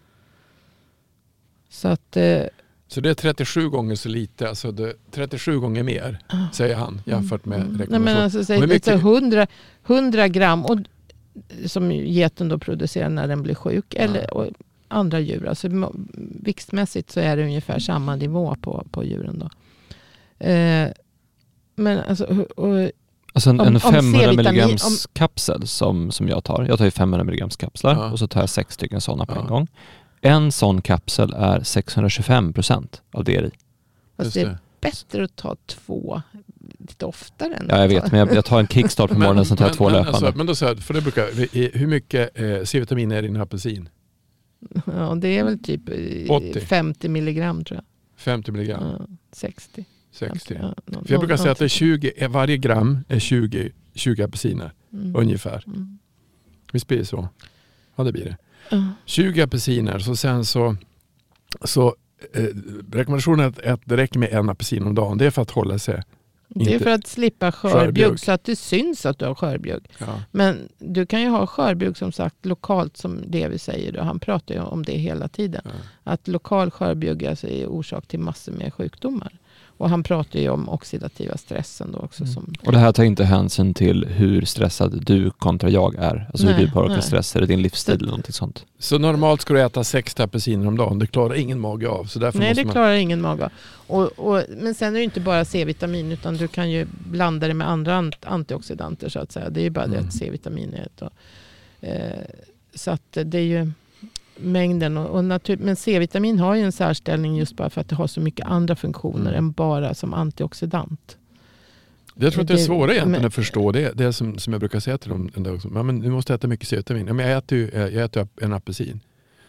Så att... Så det är trettiosju gånger så lite, alltså det, trettiosju gånger mer, säger han, jämfört med mm. rekommendation. Nej, men alltså, säg, mycket... hundra, hundra gram och, som geten då producerar när den blir sjuk. Ja. Eller och andra djur. Alltså, viktmässigt så är det ungefär samma nivå på, på djuren då. Eh, men alltså... Och, alltså en, om, en femhundra milligrams om, kapsel som, som jag tar. Jag tar ju femhundra milligrams kapslar ja. och så tar jag sex stycken sådana på ja. en gång. En sån kapsel är sexhundratjugofem procent av det i. Fast det är bättre att ta två lite oftare. Än ja, jag vet. Men jag, jag tar en kickstart på morgonen, sen tar jag två men, löpande. Alltså, men då så här, för det brukar, hur mycket eh, C-vitamin är i en apelsin? Ja, det är väl typ åttio. femtio milligram tror jag. femtio milligram? Ja, sextio. sextio. Ja, någon, för jag brukar någon, säga att det är tjugo, varje gram är tjugo, tjugo apelsiner. Mm. Ungefär. Mm. Visst blir det så? Ja, det blir det. Uh. tjugo apelsiner, så sen så, så eh, rekommendationen är att, att det räcker med en apelsin om dagen. Det är för att hålla sig. Det är för att slippa skörbjugg så att det syns att du har skörbjugg. Ja. Men du kan ju ha skörbjugg som sagt lokalt, som det vi säger då. Han pratar ju om det hela tiden. Ja. Att lokal skörbjugg alltså är orsak till massor med sjukdomar. Och han pratar ju om oxidativa stressen då också. Mm. Som... Och det här tar inte hänsyn till hur stressad du kontra jag är. Alltså nej, hur du påverkar stress, eller din livsstil så... eller någonting sånt. Så normalt ska du äta sex apelsiner om dagen. Det klarar ingen mage av. Så därför nej, måste det man... klarar ingen mage av. Och, och, men sen är det inte bara C-vitamin, utan du kan ju blanda det med andra ant- antioxidanter så att säga. Det är ju bara mm. det att C-vitamin är ett. Och, eh, så att det är ju... mängden och, och natur, men C-vitamin har ju en särställning just bara för att det har så mycket andra funktioner mm. än bara som antioxidant. Jag tror att det är svårare egentligen men, att förstå det. Det är som, som jag brukar säga till dem. Ja, men du måste äta mycket C-vitamin. Ja, men jag äter ju jag äter en apelsin.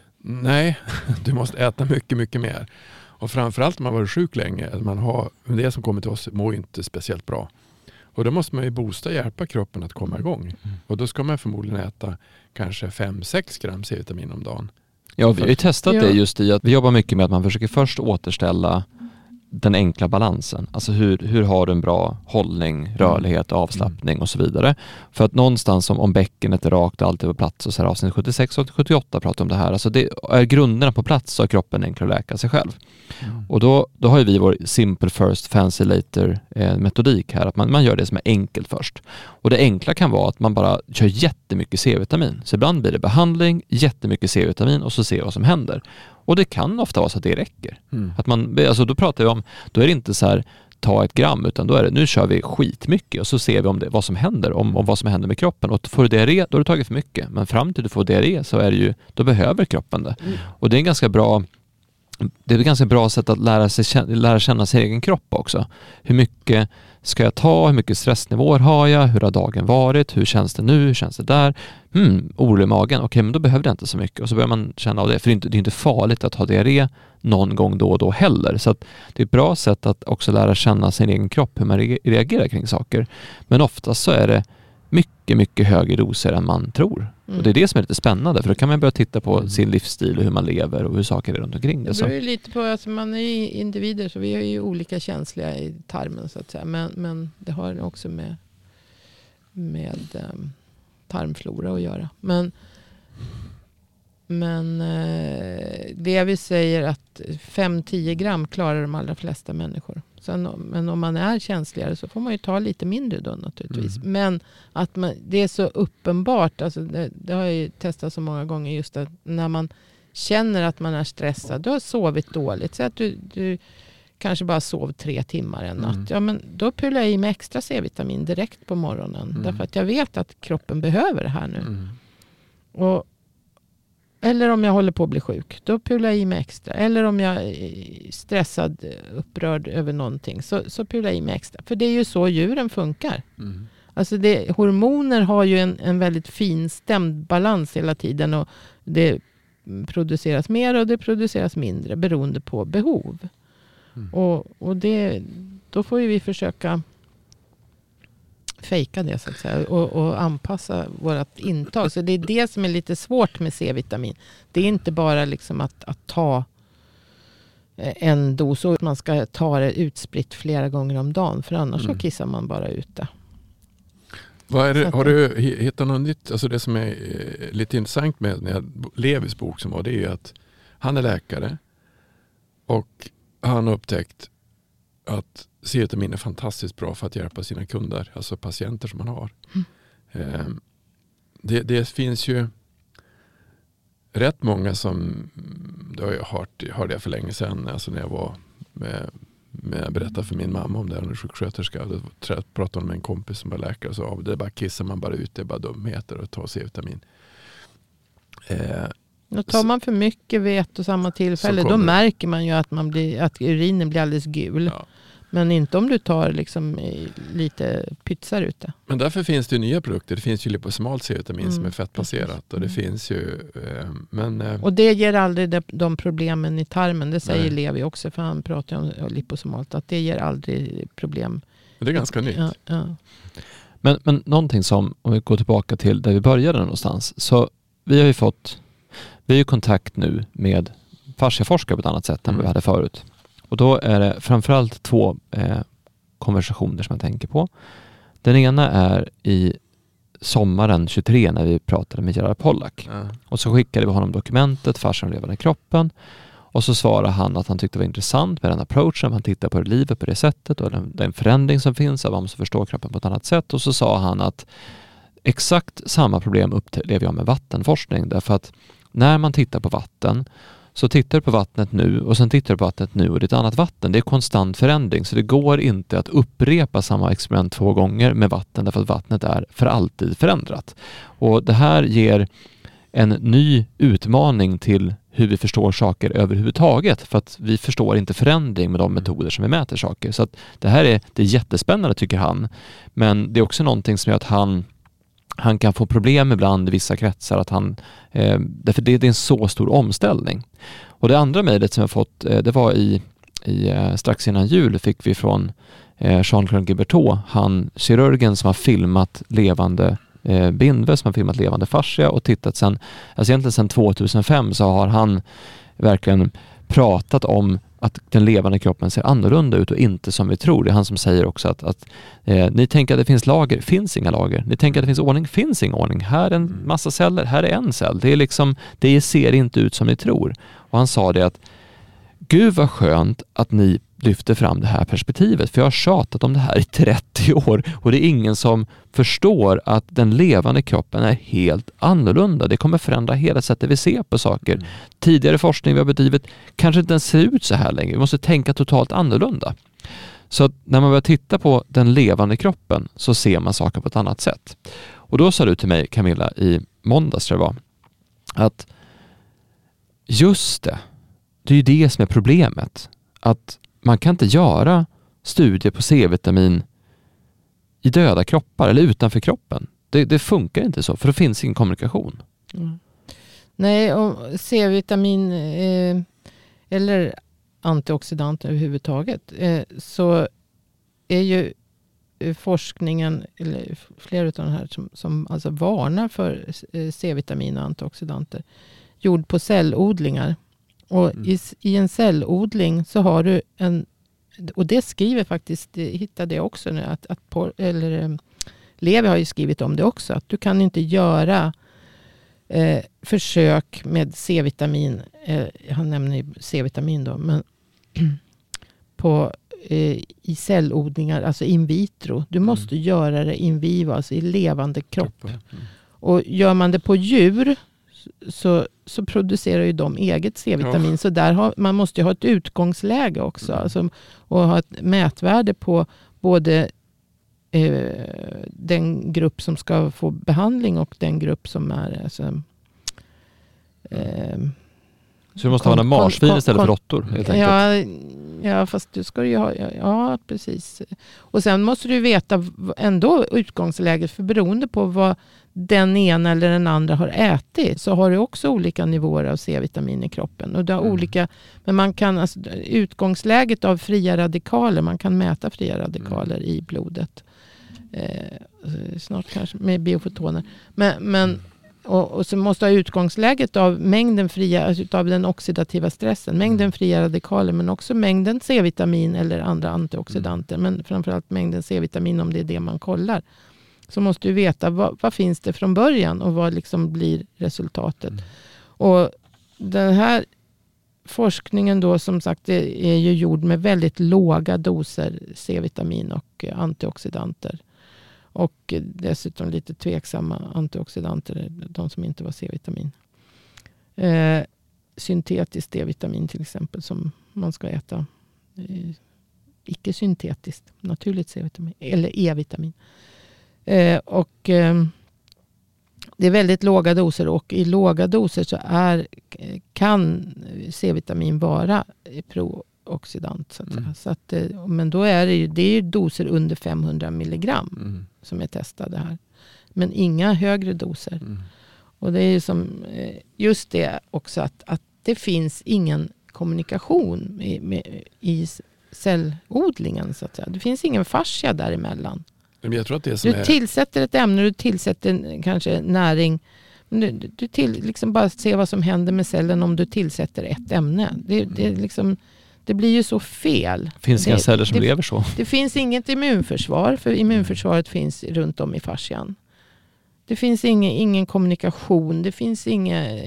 Nej, du måste äta mycket, mycket mer. Och framförallt om man varit sjuk länge. Man har, det som kommer till oss mår inte speciellt bra. Och då måste man ju boosta, hjälpa kroppen att komma igång. Mm. Och då ska man förmodligen äta kanske fem sex gram C-vitamin om dagen. Ja, vi har ju testat ja. det just i att vi jobbar mycket med att man försöker först återställa den enkla balansen. Alltså hur, hur har du en bra hållning, rörlighet, avslappning och så vidare. För att någonstans om, om bäckenet är rakt alltid på plats, och så här avsnitt sjuttiosex och sjuttioåtta pratar om det här. Alltså det är grunderna på plats så är kroppen enklare att läka sig själv. Mm. Och då, då har ju vi vår simple first, fancy later eh, metodik här. Att man, man gör det som är enkelt först. Och det enkla kan vara att man bara kör jättemycket C-vitamin. Så ibland blir det behandling, jättemycket C-vitamin och så ser vad som händer. Och det kan ofta vara så att det räcker. Mm. Att man, alltså då pratar vi om, då är det inte så här ta ett gram, utan då är det, nu kör vi skitmycket och så ser vi om det, vad som händer, om, om vad som händer med kroppen. Och får du diarré, då har du tagit för mycket. Men fram till du får diarré så är det ju, då behöver kroppen det. Mm. Och det är en ganska bra det är ett ganska bra sätt att lära, sig, lära känna sin egen kropp också. Hur mycket ska jag ta? Hur mycket stressnivåer har jag? Hur har dagen varit? Hur känns det nu? Hur känns det där? Hmm, orolig i magen. Okej, men då behöver jag inte så mycket. Och så börjar man känna av det. För det är inte, det är inte farligt att ha diarré någon gång då och då heller. Så att det är ett bra sätt att också lära känna sin egen kropp, hur man reagerar kring saker. Men oftast så är det mycket, mycket högre doser än man tror. Mm. Och det är det som är lite spännande, för då kan man börja titta på mm. sin livsstil och hur man lever och hur saker är runt omkring det. Det beror ju lite på, alltså man är individer, så vi är ju olika känsliga i tarmen så att säga. Men, men det har också med, med um, tarmflora att göra. Men, men uh, det vi säger att fem till tio gram klarar de allra flesta människor. Sen, men om man är känsligare så får man ju ta lite mindre då naturligtvis. Mm. Men att man, det är så uppenbart, alltså det, det har jag ju testat så många gånger, just att när man känner att man är stressad, du har sovit dåligt, så att du, du kanske bara sov tre timmar en natt. Mm. Ja, men då pyller jag i med extra C-vitamin direkt på morgonen. Mm. Därför att jag vet att kroppen behöver det här nu. Mm. Och eller om jag håller på att bli sjuk, då pular jag i mig extra. Eller om jag är stressad, upprörd över någonting, så, så pular jag i mig extra. För det är ju så djuren funkar. Mm. Alltså det, hormoner har ju en, en väldigt fin stämd balans hela tiden. Och det produceras mer och det produceras mindre beroende på behov. Mm. Och, och det, då får ju vi försöka fejka det så att säga, och, och anpassa vårt intag. Så det är det som är lite svårt med C-vitamin. Det är inte bara liksom att, att ta en dos, och man ska ta det utspritt flera gånger om dagen, för annars mm. så kissar man bara ut det. Vad är det, har du hittat något nytt? Alltså det som är lite intressant med Levis bok som var, det är ju att han är läkare och han har upptäckt att C-vitamin är fantastiskt bra för att hjälpa sina kunder, alltså patienter som man har. Mm. Det, det finns ju rätt många som, det har jag hört, hörde jag för länge sedan, alltså när jag var med, med jag berättade för min mamma om det, hon är sjuksköterska, då pratade hon med en kompis som var läkare och sa, det är bara kissar man bara ut, det är bara dumheter att ta C-vitamin. Eh, Då tar man för mycket vid ett och samma tillfälle, då märker man ju att, man blir, att urinen blir alldeles gul. Ja. Men inte om du tar liksom lite pytsar ute. Men därför finns det ju nya produkter. Det finns ju liposomalt C-vitamin mm. som är fettbaserat. Och det mm. finns ju... Eh, men, eh, och det ger aldrig de, de problemen i tarmen. Det säger nej. Levi också, för han pratar om liposomalt. Att det ger aldrig problem. Men det är ganska nytt. Ja, ja. Men, men någonting som, om vi går tillbaka till där vi började någonstans. Så vi har ju fått... Vi har ju kontakt nu med fasciaforskare på ett annat sätt än mm. vi hade förut. Och då är det framförallt två eh, konversationer som jag tänker på. Den ena är i sommaren tjugotre när vi pratade med Gerard Pollack. Mm. Och så skickade vi honom dokumentet, Fascian levande kroppen. Och så svarade han att han tyckte det var intressant med den approachen. Han tittar på livet på det sättet och den, den förändring som finns av att man måste förstå kroppen på ett annat sätt. Och så sa han att exakt samma problem upplever jag med vattenforskning. Därför att när man tittar på vatten, så tittar du på vattnet nu och sen tittar du på vattnet nu och det är ett annat vatten. Det är konstant förändring, så det går inte att upprepa samma experiment två gånger med vatten, därför att vattnet är för alltid förändrat. Och det här ger en ny utmaning till hur vi förstår saker överhuvudtaget, för att vi förstår inte förändring med de metoder som vi mäter saker. Så att det här är, det är jättespännande tycker han, men det är också någonting som gör att han Han kan få problem ibland i vissa kretsar, att han, eh, därför det, det är en så stor omställning. Och det andra mejlet som jag fått, eh, det var i, i eh, strax innan jul fick vi från eh, Jean-Claude Guibertot, han kirurgen som har filmat levande eh, bindväv, som har filmat levande fascia och tittat sen, alltså egentligen sedan tvåtusenfem så har han verkligen pratat om att den levande kroppen ser annorlunda ut och inte som vi tror. Det är han som säger också att, att eh, ni tänker att det finns lager, finns inga lager. Ni tänker att det finns ordning, finns ingen ordning. Här är en massa celler, här är en cell. Det är liksom, det ser inte ut som ni tror. Och han sa det att gud vad skönt att ni lyfter fram det här perspektivet, för jag har tjatat om det här i trettio år och det är ingen som förstår att den levande kroppen är helt annorlunda. Det kommer förändra hela sättet vi ser på saker. Mm. Tidigare forskning vi har bedrivit kanske inte ens ser ut så här längre. Vi måste tänka totalt annorlunda. Så att när man börjar titta på den levande kroppen så ser man saker på ett annat sätt. Och då sa du till mig, Camilla, i måndags tror jag var, att just det, det är ju det som är problemet. Att man kan inte göra studier på C-vitamin i döda kroppar eller utanför kroppen. Det, det funkar inte så, för det finns ingen kommunikation. Mm. Nej, och C-vitamin eh, eller antioxidanter överhuvudtaget, eh, så är ju forskningen, eller flera av de här som, som alltså varnar för C-vitamin och antioxidanter, gjord på cellodlingar. Och mm. i, i en cellodling så har du en, och det skriver faktiskt, det hittade jag också nu, att, att por, eller Levi har ju skrivit om det också, att du kan inte göra eh, försök med C-vitamin, eh, han nämner ju C-vitamin då, men på i cellodlingar, alltså in vitro. Du måste mm. göra det in vivo, alltså i levande kropp. Mm. Och gör man det på djur så, så producerar ju de eget C-vitamin. Ja. Så där har, man måste ju ha ett utgångsläge också. Mm. Alltså, och ha ett mätvärde på både eh, den grupp som ska få behandling och den grupp som är... Alltså, eh, så du måste kon, ha en marsvin istället för råttor, helt enkelt. Ja, ja, fast du ska ju ha... Ja, ja, precis. Och sen måste du veta ändå utgångsläget, för beroende på vad den ena eller den andra har ätit, så har du också olika nivåer av C-vitamin i kroppen. Och det har mm. olika, men man kan, alltså, utgångsläget av fria radikaler, man kan mäta fria radikaler mm. i blodet. Eh, snart kanske med biofotoner. Men... men mm. Och, och så måste ha utgångsläget av mängden fria, alltså av den oxidativa stressen, mängden fria radikaler, men också mängden C-vitamin eller andra antioxidanter, mm. men framförallt mängden C-vitamin, om det är det man kollar. Så måste du veta vad, vad finns det från början och vad liksom blir resultatet. Mm. Och den här forskningen då, som sagt, är, är ju gjord med väldigt låga doser C-vitamin och antioxidanter. Och dessutom lite tveksamma antioxidanter, de som inte var C-vitamin. Eh, syntetiskt D-vitamin till exempel, som man ska äta. Eh, icke-syntetiskt, naturligt C-vitamin, eller E-vitamin. Eh, och eh, det är väldigt låga doser, och i låga doser så är, kan C-vitamin vara pro-oxidant. Så att mm. så att, men då är det ju, det är ju doser under femhundra milligram mm. som är testade här. Men inga högre doser. Mm. Och det är ju som just det också, att, att det finns ingen kommunikation i, med, i cellodlingen, så att säga. Det finns ingen fascia däremellan. Men jag tror att det som du är... tillsätter ett ämne, du tillsätter kanske näring. Du, du till, liksom bara se vad som händer med cellen om du tillsätter ett ämne. Det, det, är liksom, det blir ju så fel. Finns det inga celler som det, lever så? Det finns inget immunförsvar, för immunförsvaret finns runt om i fascian. Det finns ingen, ingen kommunikation, det finns inga...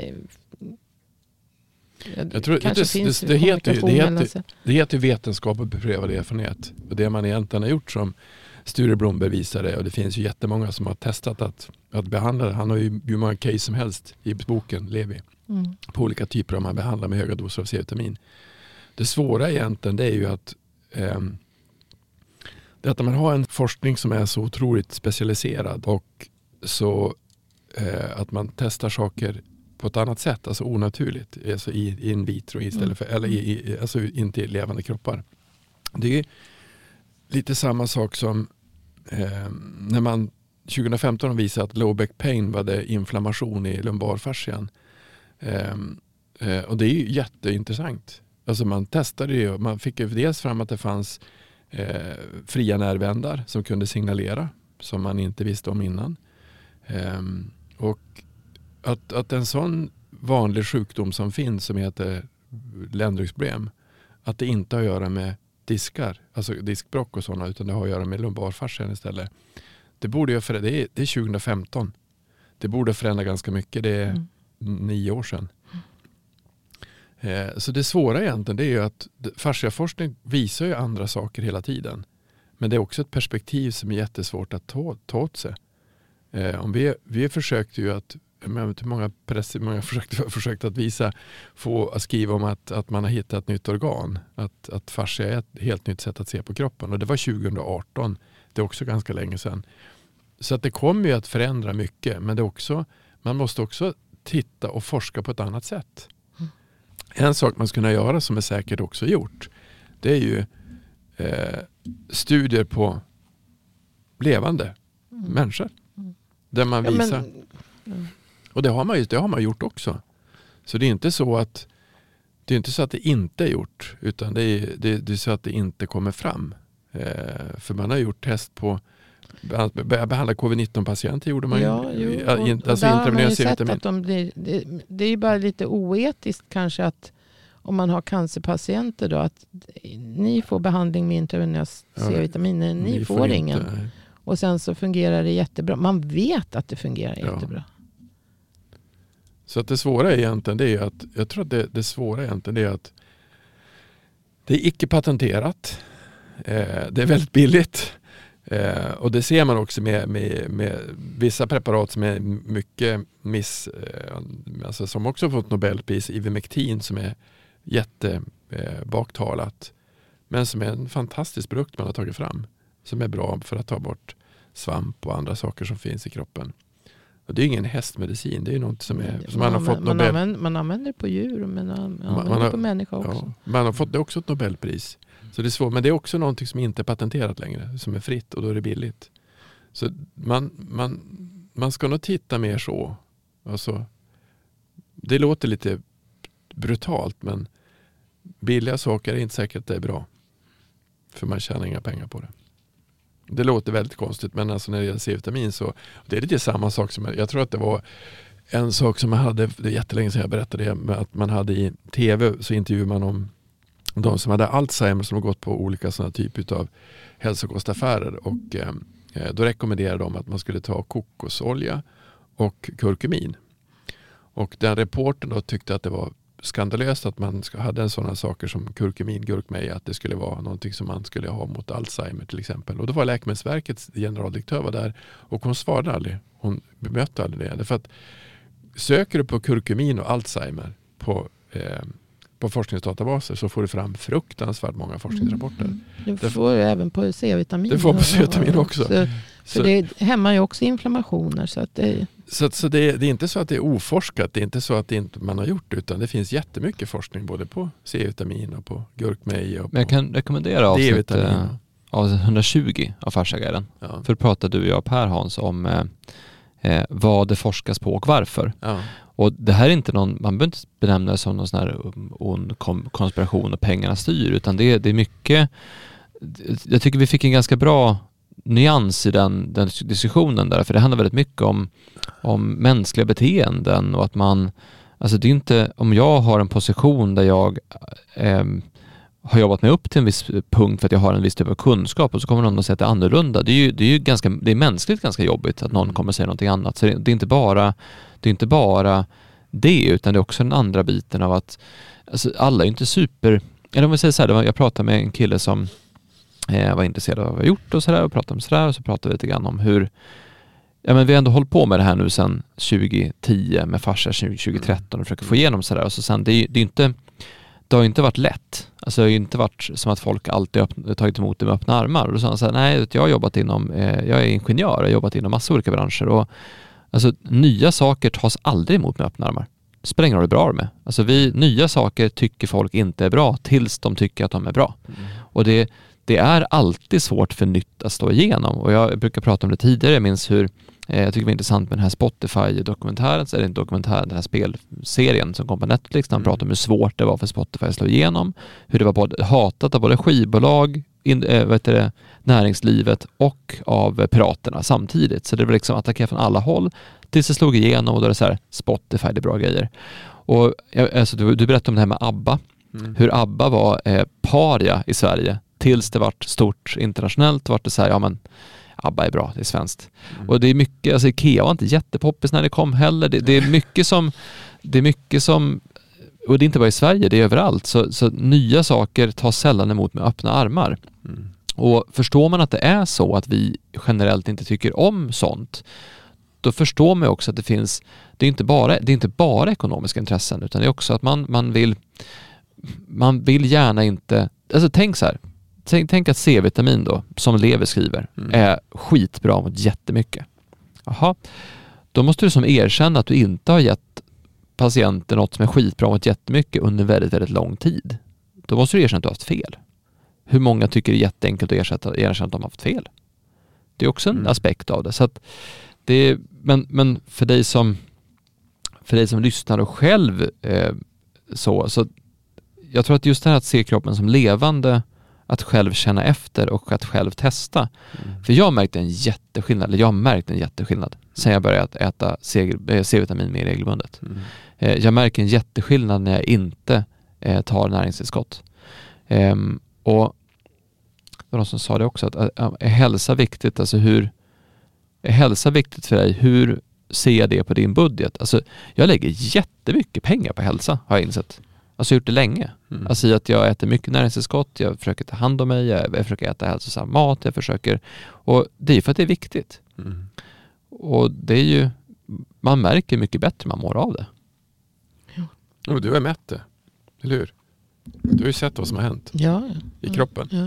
Jag tror, det, det, det, heter ju, det, heter, det heter vetenskap och beprövad erfarenhet. Och det man egentligen har gjort, som Sture Blomberg visade, och det finns ju jättemånga som har testat att, att behandla det. Han har ju hur många case som helst i boken, Levi. Mm. På olika typer av man behandlar med höga doser av C-vitamin. Det svåra egentligen, det är ju att eh, det att man har en forskning som är så otroligt specialiserad, och så eh, att man testar saker på ett annat sätt, alltså onaturligt, alltså i, i in vitro istället för, mm. eller i, i, alltså inte i levande kroppar. Det är lite samma sak som eh, när man tjugo femton visade att low back pain var det inflammation i lumbarfascian. Eh, eh, och det är ju jätteintressant. Alltså man testade ju, man fick ju dels fram att det fanns eh, fria nervändar som kunde signalera, som man inte visste om innan. Eh, och att, att en sån vanlig sjukdom som finns, som heter ländryggsproblem, att det inte har att göra med diskar, alltså diskbrock och sådana, utan det har att göra med lumbarfascian istället. Det borde ju för det är, det är tjugo femton. Det borde förändra ganska mycket. Det är mm. nio år sedan. Mm. Eh, så det svåra egentligen, det är ju att fasciaforskning visar ju andra saker hela tiden. Men det är också ett perspektiv som är jättesvårt att ta, ta åt sig. Eh, om vi, vi försökte ju att hur många press, många försökt, försökt att visa, få att skriva om att, att man har hittat ett nytt organ. Att, att fascia är ett helt nytt sätt att se på kroppen. Och det var tjugo arton. Det är också ganska länge sedan. Så att det kommer ju att förändra mycket. Men det är också, man måste också titta och forska på ett annat sätt. Mm. En sak man skulle kunna göra som är säkert också gjort, det är ju eh, studier på levande mm. människor. Mm. Där man visar. Ja, men, ja. Och det har man ju det har man gjort också. Så det är inte så att det är inte så att det inte är gjort, utan det är, det, det är så att det inte kommer fram. Eh, för man har gjort test på behandla covid nitton-patienter gjorde man ja, ju. Jo, och, in, alltså och där har man ju sett att de blir, det, det är ju bara lite oetiskt kanske att om man har cancerpatienter då att ni får behandling med intravenös ja, C-vitamin, ni, ni får, får ingen. Inte. Och sen så fungerar det jättebra. Man vet att det fungerar ja. jättebra. Så att det svåra egentligen det är att jag tror att det, det svåra egentligen det är att det är icke patenterat. Eh, det är väldigt billigt. Eh, och det ser man också med, med, med vissa preparat som är mycket miss, eh, alltså som också fått Nobelpris, Ivermectin som är jättebaktalat eh, men som är en fantastisk produkt man har tagit fram som är bra för att ta bort svamp och andra saker som finns i kroppen. Och det är ingen hästmedicin, det är något som, är, som man, man har fått Nobel... Man använder, man använder det på djur men man använder man, man har, det på människor också. Ja, man har fått det också ett Nobelpris. Så det är svårt, men det är också någonting som inte är patenterat längre, som är fritt och då är det billigt. Så man, man, man ska nog titta mer så. Alltså, det låter lite brutalt, men billiga saker är inte säkert att det är bra. För man tjänar inga pengar på det. Det låter väldigt konstigt, men alltså när det gäller C-vitamin så det är lite samma sak som jag tror att det var en sak som man hade, det är jättelänge sedan jag berättade det, med att man hade i tv så intervjuade man om de som hade Alzheimer som har gått på olika sådana typer av hälsokostaffärer och eh, då rekommenderade de att man skulle ta kokosolja och kurkumin. Och den reportern då tyckte att det var skandalöst att man hade en sådana saker som kurkumin, gurkmeja, att det skulle vara någonting som man skulle ha mot Alzheimer till exempel. Och då var Läkemedelsverkets generaldirektör var där och hon svarade aldrig. Hon bemötte aldrig det. Därför att söker du på kurkumin och Alzheimer på, eh, på forskningsdatabaser så får du fram fruktansvärt många forskningsrapporter. Mm. Du får Därför, även på C-vitamin. Du får på C-vitamin också. Så, för så, det hämmar ju också inflammationer. Så, att det, så, så det, det är inte så att det är oforskat. Det är inte så att det inte man har gjort, utan det finns jättemycket forskning både på C-vitamin och på gurkmeja. Men jag kan rekommendera avsnitt eh, av hundratjugo av Affärsägaren. Ja. För då pratar du och jag, Per Hans, om eh, eh, vad det forskas på och varför. Ja. Och det här är inte någon, man behöver inte benämna det som någon sån här ond konspiration och pengarna styr, utan det, det är mycket, jag tycker vi fick en ganska bra nyans i den, den diskussionen där, för det handlar väldigt mycket om, om mänskliga beteenden och att man, alltså det är inte, om jag har en position där jag eh, har jobbat mig upp till en viss punkt för att jag har en viss typ av kunskap och så kommer någon att säga att det är annorlunda. Det är ju, det är ju ganska, det är mänskligt ganska jobbigt att någon kommer att säga någonting annat. Så det, det är inte bara det är inte bara det, utan det är också den andra biten av att alltså, alla är inte super, eller om vi säger så här, jag pratade med en kille som eh, var intresserad av vad jag har gjort och sådär och pratade om sådär och så pratade vi lite grann om hur ja, men vi har ändå hållit på med det här nu sedan tjugo tio med Farsa tjugo tretton och försöker få igenom sådär och så sen, det är ju inte det har inte varit lätt. Alltså det har inte varit som att folk alltid har tagit emot det med öppna armar. Och då sa han så här, nej, jag har jobbat inom, eh, jag är ingenjör, jag har jobbat inom massa olika branscher och alltså nya saker tas aldrig emot med öppna armar. Det spelar ingen roll hur bra de är. Alltså vi, nya saker tycker folk inte är bra tills de tycker att de är bra. Mm. Och det, det är alltid svårt för nytt att slå igenom. Och jag brukar prata om det tidigare, jag minns hur jag tycker det var intressant med den här Spotify-dokumentären, eller inte dokumentären, den här spelserien som kom på Netflix, där han mm. pratade om hur svårt det var för Spotify att slå igenom, hur det var både hatat av både skivbolag, in, äh, vet det, näringslivet och av piraterna samtidigt. Så det var liksom attackerat från alla håll tills det slog igenom och då är det så här, Spotify, det är bra grejer. Och alltså, du, du berättade om det här med ABBA, mm. hur ABBA var eh, paria i Sverige tills det var stort internationellt, var det så här, ja men ABBA är bra, det är svenskt. Mm. Och det är mycket, alltså Ikea var inte jättepoppis när det kom heller. Det, det är mycket som, det är mycket som, och det är inte bara i Sverige, det är överallt. Så, så nya saker tas sällan emot med öppna armar. Mm. Och förstår man att det är så att vi generellt inte tycker om sånt, då förstår man också att det finns, det är inte bara, det är inte bara ekonomiska intressen, utan det är också att man, man vill, man vill gärna inte, alltså tänk så här, Tänk, tänk att C-vitamin då, som Lever skriver, mm. är skitbra mot jättemycket. Jaha, då måste du som erkänna att du inte har gett patienter något som är skitbra mot jättemycket under väldigt, väldigt lång tid, då måste du erkänna att du har haft fel. Hur många tycker det är jätteenkelt att erkänna, erkänna att de har haft fel? Det är också en mm. aspekt av det. Så att det är, men, men för dig som för dig som lyssnar och själv eh, så, så jag tror att just det här att se kroppen som levande, att själv känna efter och att själv testa. Mm. För jag märkte en jätteskillnad, eller jag har märkt en jätteskillnad sen jag började äta C-vitamin mer regelbundet. Mm. Eh, jag märker en jätteskillnad när jag inte eh, tar näringstillskott. Eh, och det var någon som sa det också, att är, är hälsa viktigt? Alltså hur är hälsa viktigt för dig? Hur ser jag det på din budget? Alltså jag lägger jättemycket pengar på hälsa, har jag insett. Alltså jag har gjort det länge. Mm. Alltså i att jag äter mycket näringstillskott, jag försöker ta hand om mig, jag, jag försöker äta hälsosam mat, jag försöker, och det är för att det är viktigt. Mm. Och det är ju, man märker mycket bättre man mår av det. Ja. Och du har mätt det, eller hur? Du har ju sett vad som har hänt ja, i kroppen. Ja.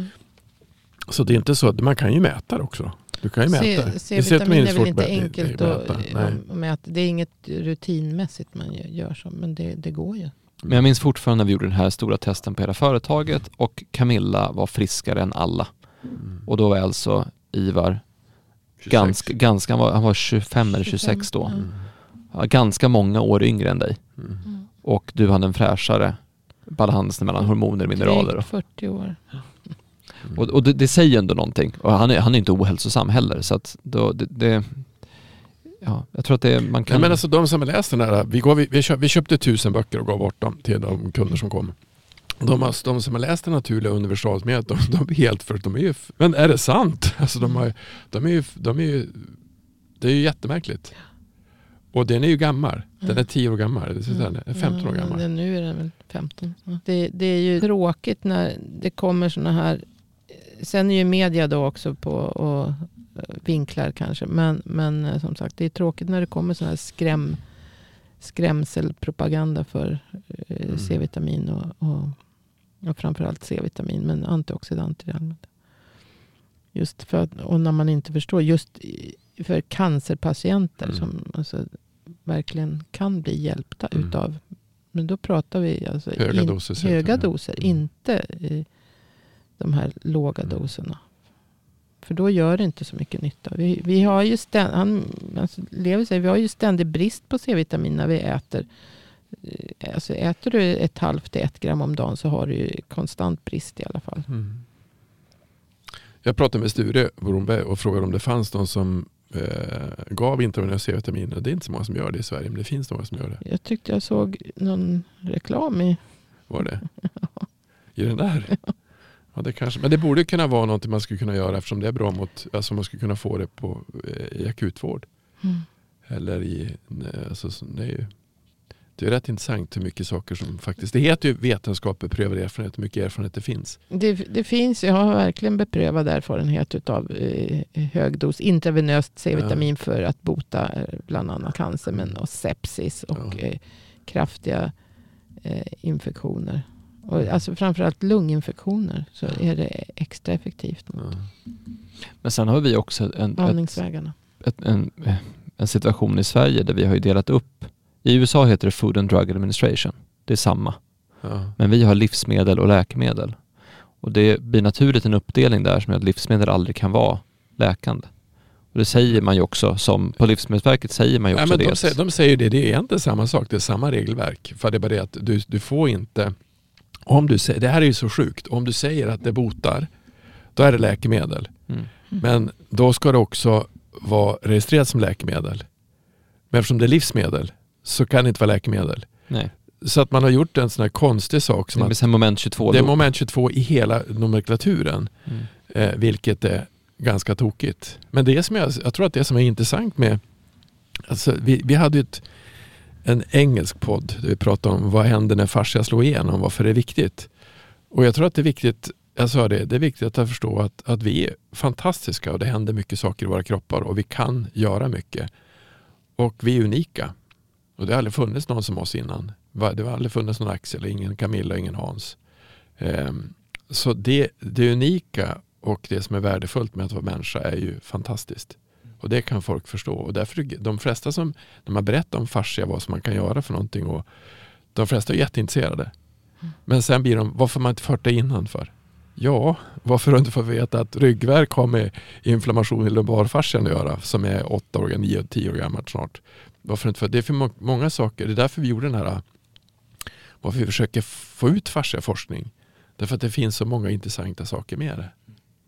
Så det är inte så, man kan ju mäta det också. Du kan ju mäta. C-vitamin är väl inte enkelt att mäta. mäta. Det är inget rutinmässigt man gör så, men det, det går ju. Men jag minns fortfarande när vi gjorde den här stora testen på hela företaget och Camilla var friskare än alla. Mm. Och då var alltså Ivar ganska, ganska, han var, han var tjugofem eller tjugosex då. Mm. Ja, ganska många år yngre än dig. Mm. Och du hade en fräschare balans mellan hormoner och mineraler. fyrtio år. Mm. Och, och det, det säger ändå någonting. Och han är, han är inte ohälsosam heller. Så att då, det, det, ja, jag tror att det man kan... Nej, men alltså de som har läst den här, vi, gav, vi, köp, vi köpte tusen böcker och gav bort dem till de kunder som kom. De, har, de som har läst den naturliga universalsmedlet, de, de är helt för att de är ju... Men är det sant? Alltså de, har, de är ju... De är ju det är ju jättemärkligt. Och den är ju gammal. Den är tio år gammal. Den är femton år gammal. Ja, nu är den väl femton. Det, det är ju tråkigt när det kommer såna här... Sen är ju media då också på och vinklar kanske. Men, men som sagt, det är tråkigt när det kommer såna här skräm, skrämselpropaganda för mm. C-vitamin och, och, och framförallt C-vitamin, men antioxidanter i allmänhet. Just för att, och när man inte förstår, just för cancerpatienter mm. som alltså, verkligen kan bli hjälpta mm. utav, men då pratar vi alltså höga in, doser, höga doser mm. inte i de här låga mm. doserna. För då gör det inte så mycket nytta. Vi, vi har ju ständ, han, alltså, lever sig, vi har ju ständig brist på C-vitamin när vi äter. Alltså äter du ett halvt till ett gram om dagen så har du ju konstant brist i alla fall. Mm. Jag pratade med Sture Woromberg och frågade om det fanns någon som eh, gav intravenös C-vitamin. Det är inte så många som gör det i Sverige, men det finns några som gör det. Jag tyckte jag såg någon reklam i... Var det? I den där? Ja, det kanske, men det borde kunna vara något man skulle kunna göra eftersom det är bra mot, alltså man skulle kunna få det på, i akutvård. Mm. Eller i, alltså, det är ju det är rätt intressant hur mycket saker som faktiskt, det heter ju vetenskap, beprövad erfarenhet, hur mycket erfarenhet det finns. Det, det finns, jag har verkligen beprövad erfarenhet av eh, högdos intravenöst C-vitamin ja. För att bota eh, bland annat cancer, men och sepsis och ja. eh, kraftiga eh, infektioner. Och alltså framförallt lunginfektioner så är det extra effektivt mot. Ja. Men sen har vi också en, andningsvägarna. Ett, ett, en, en situation i Sverige där vi har ju delat upp. I U S A heter det Food and Drug Administration. Det är samma. Ja. Men vi har livsmedel och läkemedel. Och det blir naturligt en uppdelning där som är att livsmedel aldrig kan vara läkande. Och det säger man ju också, som på Livsmedelsverket säger man ju också. Ja, men det. De säger, de säger det, det är inte samma sak, det är samma regelverk. För det är bara det att du, du får inte, om du säger, det här är ju så sjukt, om du säger att det botar, då är det läkemedel. Mm. Men då ska det också vara registrerat som läkemedel. Men eftersom det är livsmedel så kan det inte vara läkemedel. Nej. Så att man har gjort en sån här konstig sak. Som det är moment tjugotvå. Det är moment tjugotvå i hela nomenklaturen. Mm. Eh, vilket är ganska tokigt. Men det som jag, jag tror att det som är intressant med... Alltså, vi, vi hade ju ett, en engelsk podd där vi pratade om vad händer när fascia slår igenom. Varför det är viktigt. Och jag tror att det är viktigt... Jag sa det, det är viktigt att förstå att, att vi är fantastiska och det händer mycket saker i våra kroppar och vi kan göra mycket. Och vi är unika. Och det har aldrig funnits någon som oss innan. Det har aldrig funnits någon Axel, ingen Camilla, ingen Hans. Um, så det, det unika och det som är värdefullt med att vara människa är ju fantastiskt. Och det kan folk förstå. Och därför de flesta som, när man berättar om fascia, vad som man kan göra för någonting, och de flesta är jätteintresserade. Mm. Men sen blir de, varför man inte fört det innan för? Ja, varför du inte får veta att ryggvärk har med inflammation i lumbalfascian att göra, som är åtta år, nio, tio år gammalt snart. Varför inte för? Det är för må- många saker. Det är därför vi gjorde den här, varför vi försöker få ut fasciaforskning. Därför att det finns så många intressanta saker med det.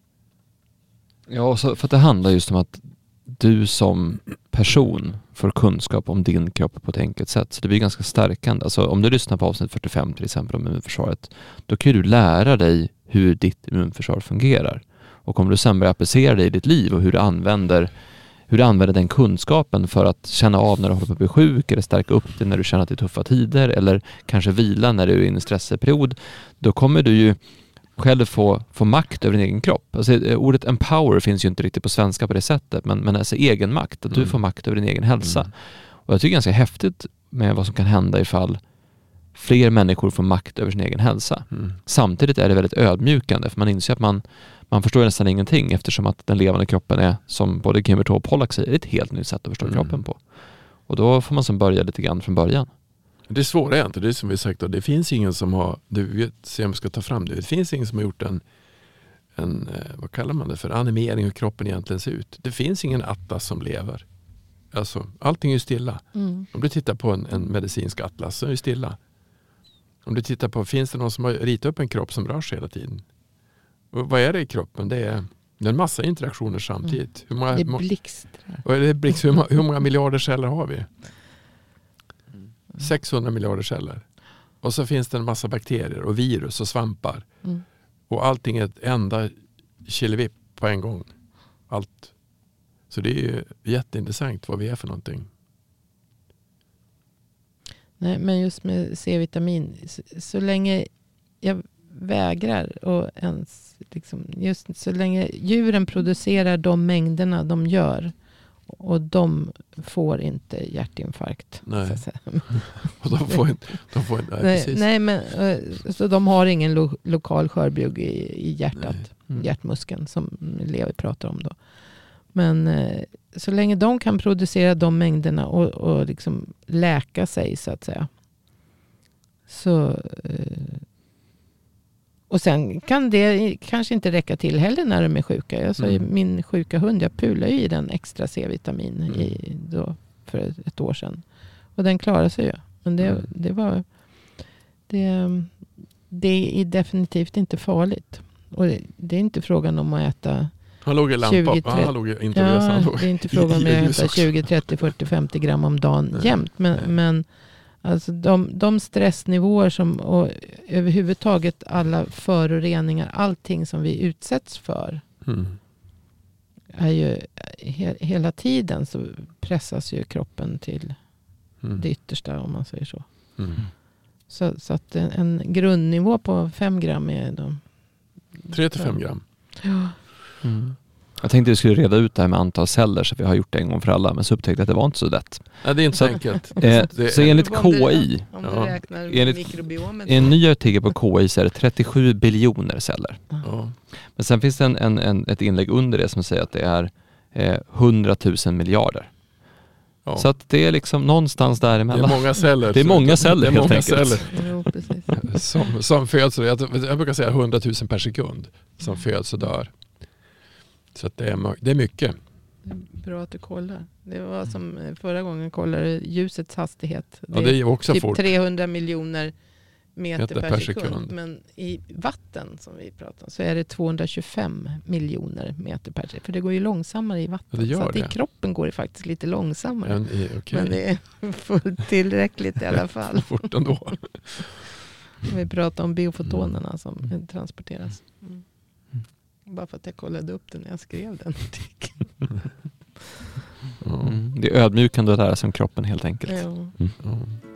Ja, och så, för att det handlar just om att du som person får kunskap om din kropp på ett enkelt sätt. Så det blir ganska stärkande. Alltså, om du lyssnar på avsnitt fyrtiofem till exempel om immunförsvaret, då kan du lära dig hur ditt immunförsvar fungerar. Och om du sen börjar applicera det i ditt liv och hur du använder hur du använder den kunskapen för att känna av när du håller på att bli sjuk, eller stärka upp det när du känner att det är tuffa tider, eller kanske vila när du är i en stressperiod, då kommer du ju själv få, få makt över din egen kropp. Alltså, ordet empower finns ju inte riktigt på svenska på det sättet, men, men alltså egen makt, att du Mm. får makt över din egen hälsa. Mm. Och jag tycker det är ganska häftigt med vad som kan hända ifall fler människor får makt över sin egen hälsa. Mm. Samtidigt är det väldigt ödmjukande, för man inser att man, man förstår nästan ingenting, eftersom att den levande kroppen är, som både Kim Bertaux och Pollack säger, ett helt nytt sätt att förstå Mm. kroppen på. Och då får man som börja lite grann från början. Det svåra är inte, det är som vi sagt, det finns ingen som har, du vet, se om jag ska ta fram det, det finns ingen som har gjort en, en vad kallar man det för, animering hur kroppen egentligen ser ut. Det finns ingen atlas som lever. Alltså, allting är ju stilla. Mm. Om du tittar på en, en medicinsk atlas så är det stilla. Om du tittar på, finns det någon som har ritat upp en kropp som rör sig hela tiden? Och vad är det i kroppen? Det är, det är en massa interaktioner samtidigt. Hur många, Det blixtrar. och det är blixt, hur, många, hur många miljarder celler har vi? sexhundra miljarder celler. Och så finns det en massa bakterier och virus och svampar. Mm. Och allting är ett enda killevipp på en gång. Allt. Så det är ju jätteintressant vad vi är för någonting. Nej, men just med C-vitamin, så, så länge jag vägrar och ens liksom, just så länge djuren producerar de mängderna de gör, och de får inte hjärtinfarkt. Nej. Så att säga. Och de får en, de får en, nej, Nej, precis. nej, men eh, så de har ingen lo- lokal skörbjugg i, i hjärtat, Mm. hjärtmuskeln som Levi pratar om då. Men eh, så länge de kan producera de mängderna och, och liksom läka sig så att säga. Så eh, och sen kan det kanske inte räcka till heller när de är sjuka. Jag sa ju, Mm. min sjuka hund, jag pular ju i den extra C-vitamin Mm. i, då, för ett, ett år sedan. Och den klarar sig ju. Men det, Mm. det var det, det är definitivt inte farligt. Och det, det är inte frågan om att äta Han låg i lampa. tjugo, Ja, han låg i inte ja, ja, han låg det är inte frågan om i att ljus äta också. tjugo, trettio, fyrtio, femtio gram om dagen Nej, jämt. Men, nej. men alltså de, de stressnivåer som, och överhuvudtaget alla föroreningar, allting som vi utsätts för, Mm. är ju he, hela tiden så pressas ju kroppen till Mm. det yttersta, om man säger så. Mm. Så, så att en, en grundnivå på fem gram är de. tre till fem gram. Ja. Mm. Jag tänkte att vi skulle reda ut det här med antal celler, så vi har gjort det en gång för alla, men så upptäckte jag att det var inte så lätt. Nej, det är inte så Så- enkelt. Eh, Det- så enligt Om du- K I, Om du Ja. räknar Enligt- mikrobiomet. i en ny artikel på K I så är det trettiosju biljoner celler. Ja. Men sen finns det en, en, en, ett inlägg under det som säger att det är eh, hundratusen miljarder. Ja. Så att det är liksom någonstans Det är däremellan. många celler. Det är många celler, det är helt många enkelt. celler Jo, precis. som, som föds. Jag, jag brukar säga hundratusen per sekund som föds och dör. Så att det, är, mo- det är mycket. Bra att du kollar. Det var som förra gången jag kollade ljusets hastighet. Ja, det är ju också typ fort. trehundra miljoner meter Meter per, per sekund. sekund. Men i vatten som vi pratar om så är det tvåhundratjugofem miljoner meter per sekund. För det går ju långsammare i vatten. Ja, det gör så att det. i kroppen går det faktiskt lite långsammare. Men, i- okej. Men det är fullt tillräckligt i alla fall. Fort ändå. Vi pratar om biofotonerna som transporteras. Mm. Bara för att jag kollade upp den när jag skrev den artikeln. Ja. Mm. Det är ödmjukande att lära sig om kroppen helt enkelt. Ja. Ja.